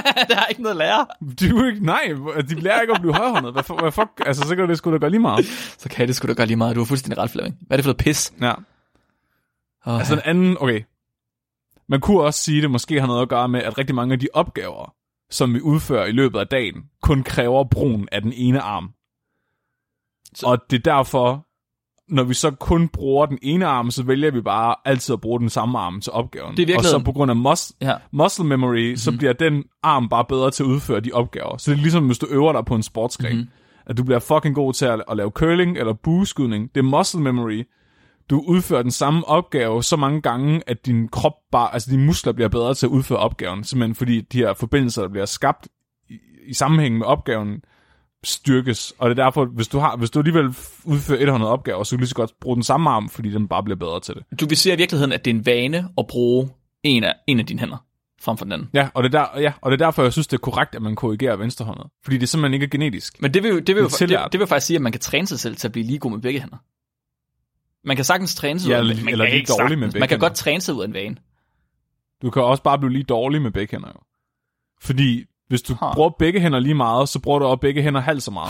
Der er ikke noget at lære. De er jo ikke, nej, de lærer ikke at blive højhåndet. Hvad, for, hvad fuck? Altså, så kan det sgu da gøre lige meget. Så kan det sgu da gøre lige meget. Du har fuldstændig ret, Flemming. Hvad er det for noget pis? Ja. Oh, altså en anden, okay. Man kunne også sige, at det måske har noget at gøre med, at rigtig mange af de opgaver, som vi udfører i løbet af dagen, kun kræver brugen af den ene arm. Så. Og det er derfor, når vi så kun bruger den ene arm, så vælger vi bare altid at bruge den samme arm til opgaven. Det er og så på grund af mus- ja. muscle memory, mm-hmm. så bliver den arm bare bedre til at udføre de opgaver. Så det er ligesom, hvis du øver dig på en sportsgren. Mm-hmm. At du bliver fucking god til at, at lave curling eller bueskydning. Det er muscle memory. Du udfører den samme opgave så mange gange, at din krop bare, altså dine muskler bliver bedre til at udføre opgaven. Simpelthen fordi de her forbindelser, der bliver skabt i, i sammenhæng med opgaven, styrkes. Og det er derfor, hvis du, har, hvis du alligevel udfører hundrede opgaver, så kan du lige så godt bruge den samme arm, fordi den bare bliver bedre til det. Du vil sige i virkeligheden, at det er en vane at bruge en af, en af dine hænder frem for den anden. Ja, og det, er der, ja, og det er derfor, jeg synes, det er korrekt, at man korrigerer venstrehåndet. Fordi det er simpelthen ikke genetisk. Men det vil, det vil, det det, det, det vil faktisk sige, at man kan træne sig selv til at blive lige god med begge hænder. Man kan sagtens træne sig ja, ud af eller, eller lige dårlig med begge Man kan hænder. godt træne sig ud af en vane. Du kan også bare blive lige dårlig med begge hænder, jo. Fordi hvis du huh. bruger begge hænder lige meget, så bruger du også begge hænder halvt så meget.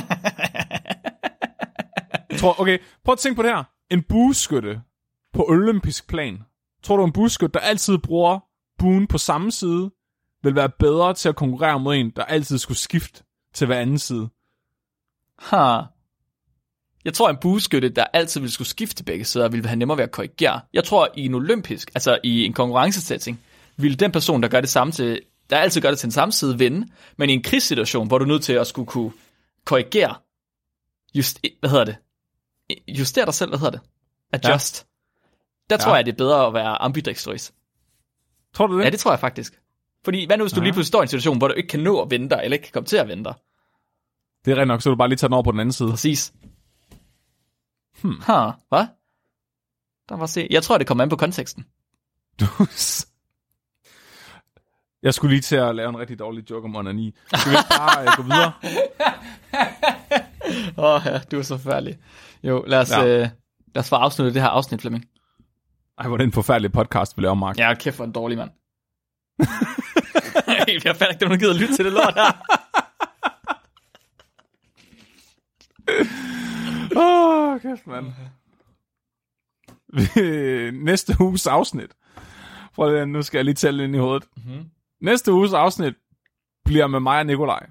Tror, okay, prøv at tænke på det her. En bueskytte på olympisk plan. Tror du, en bueskytte, der altid bruger buen på samme side, vil være bedre til at konkurrere mod en, der altid skulle skifte til hver anden side? Ha. Jeg tror, en bueskytte, der altid ville skulle skifte begge sider, ville have nemmere ved at korrigere. Jeg tror, i en olympisk, altså i en konkurrencesætning, ville den person, der gør det samme til, der altid gør det til den samme side, vinde. Men i en krigssituation, hvor du er nødt til at skulle kunne korrigere, just, hvad hedder det? Justere dig selv, hvad hedder det? Adjust. Ja. Der tror ja. jeg, det er bedre at være ambidextrøs. Tror du det? Ja, det tror jeg faktisk. Fordi hvad nu, hvis du ja. lige pludselig står i en situation, hvor du ikke kan nå at vende dig, eller ikke kan komme til at vende dig? Det er rent nok, så du bare lige tager den over på den anden side. Præcis. Hmm. Ha, hvad? Der var se. Jeg tror, det kommer an på konteksten. Du... Jeg skulle lige til at lave en rigtig dårlig joke om onani. Skal vi bare uh, gå videre? Åh oh, ja, du er så færdig. Jo, lad os, ja. øh, lad os få afsluttet det her afsnit, Flemming. Ej, hvor er det en forfærdelig podcast, vi laver, Mark. Ja, kæft for en dårlig mand. Jeg fandt ikke, at nogen gider lytte til det lort her. Åh, oh, kæft, mand. Næste uges afsnit. Prøv lige, nu skal jeg lige tælle ind i hovedet. Mm-hmm. Næste uges afsnit bliver med mig og Nikolaj.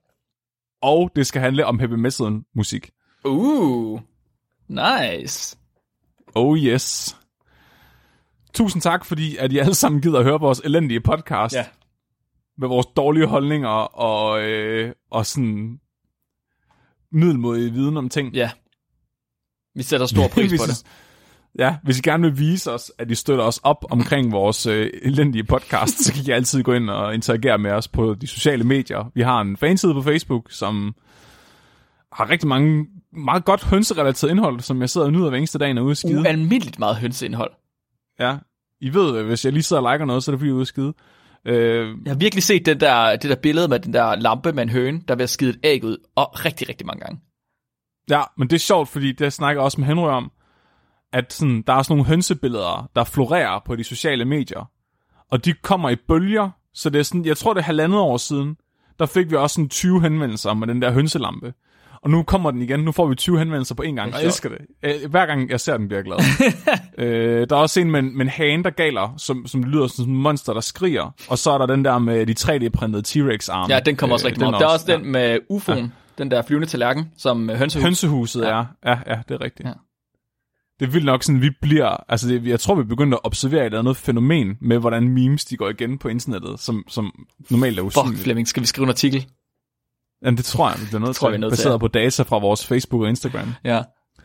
Og det skal handle om heavy metal musik. Uh, nice. Oh yes. Tusind tak, fordi at I alle sammen gider at høre vores elendige podcast. Ja. Med vores dårlige holdninger og, øh, og sådan middelmådige viden om ting. Ja. Vi sætter stor pris på det. Ja, hvis I gerne vil vise os, at I støtter os op omkring vores øh, elendige podcast, så kan I altid gå ind og interagere med os på de sociale medier. Vi har en fanside på Facebook, som har rigtig mange meget godt hønserelateret indhold, som jeg sidder og nyder hver eneste dag, når jeg er ude at skide. Ualmindeligt meget hønseindhold. Ja, I ved, hvis jeg lige sidder og liker noget, så er det fordi, jeg er ude at skide. Øh... Jeg har virkelig set det der, det der billede med den der lampe med en høne, der vil have skidet et æg ud, og rigtig, rigtig mange gange. Ja, men det er sjovt, fordi det snakker også med Henry om, at sådan, der er sådan nogle hønsebilleder, der florerer på de sociale medier, og de kommer i bølger, så det er sådan, jeg tror det er halvandet år siden, der fik vi også sådan tyve henvendelser med den der hønselampe, og nu kommer den igen, nu får vi tyve henvendelser på en gang, og jeg elsker det. Hver gang jeg ser den, bliver jeg glad. øh, der er også en med, med en hane, der galer, som, som lyder som en monster, der skriger, og så er der den der med de tre D-printede T-Rex-arme. Ja, den kommer også øh, rigtig meget. Der er også den med U F O'en, ja. Den der flyvende tallerken, som hønsehus. Hønsehuset, ja. Ja, ja, det er rigtigt. Ja. Det er vildt nok sådan, vi bliver, altså det, jeg tror, vi begynder at observere et andet fænomen med, hvordan memes, de går igen på internettet, som, som normalt er usynligt. Fuck, Flemming, skal vi skrive en artikel? Jamen, det tror jeg, det er noget tror, til, nødt baseret til, på data fra vores Facebook og Instagram. Ja.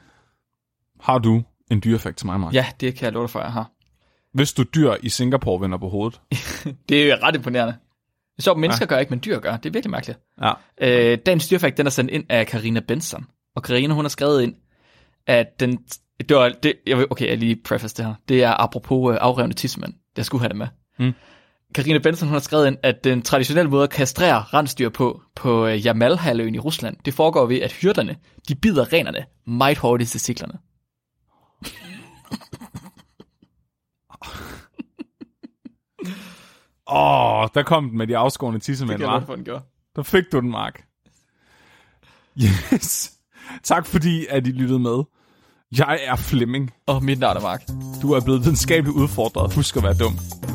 Har du en dyrefakt til mig, Mark? Ja, det kan jeg love dig for, jeg har. Hvis du dyr i Singapore vender på hovedet? Det er ret imponerende. Så mennesker ja. gør ikke, men dyr gør. Det er virkelig mærkeligt. Ja. Øh, dagens dyrefakt, den er sendt ind af Karina Benson. Og Karina, hun har skrevet ind, at den... Det var, det, okay, jeg lige preface det her. Det er apropos uh, afrevne tissemænd. Jeg skulle have det med. Mm. Karina Benson, hun har skrevet ind, at den traditionelle måde at kastrere rensdyr på, på uh, Jamal-halvøen i Rusland, det foregår ved, at hyrderne, de bider renerne meget hårdt i testiklerne. Åh, der kom den med de afskårende tissemænd, Det hva'? kan jeg for, den gjorde. Der fik du den, Mark. Yes. Tak fordi, at I lyttede med. Jeg er Flemming. Og mit navn er Mark. Du er blevet videnskabeligt udfordret. Husk at være dum.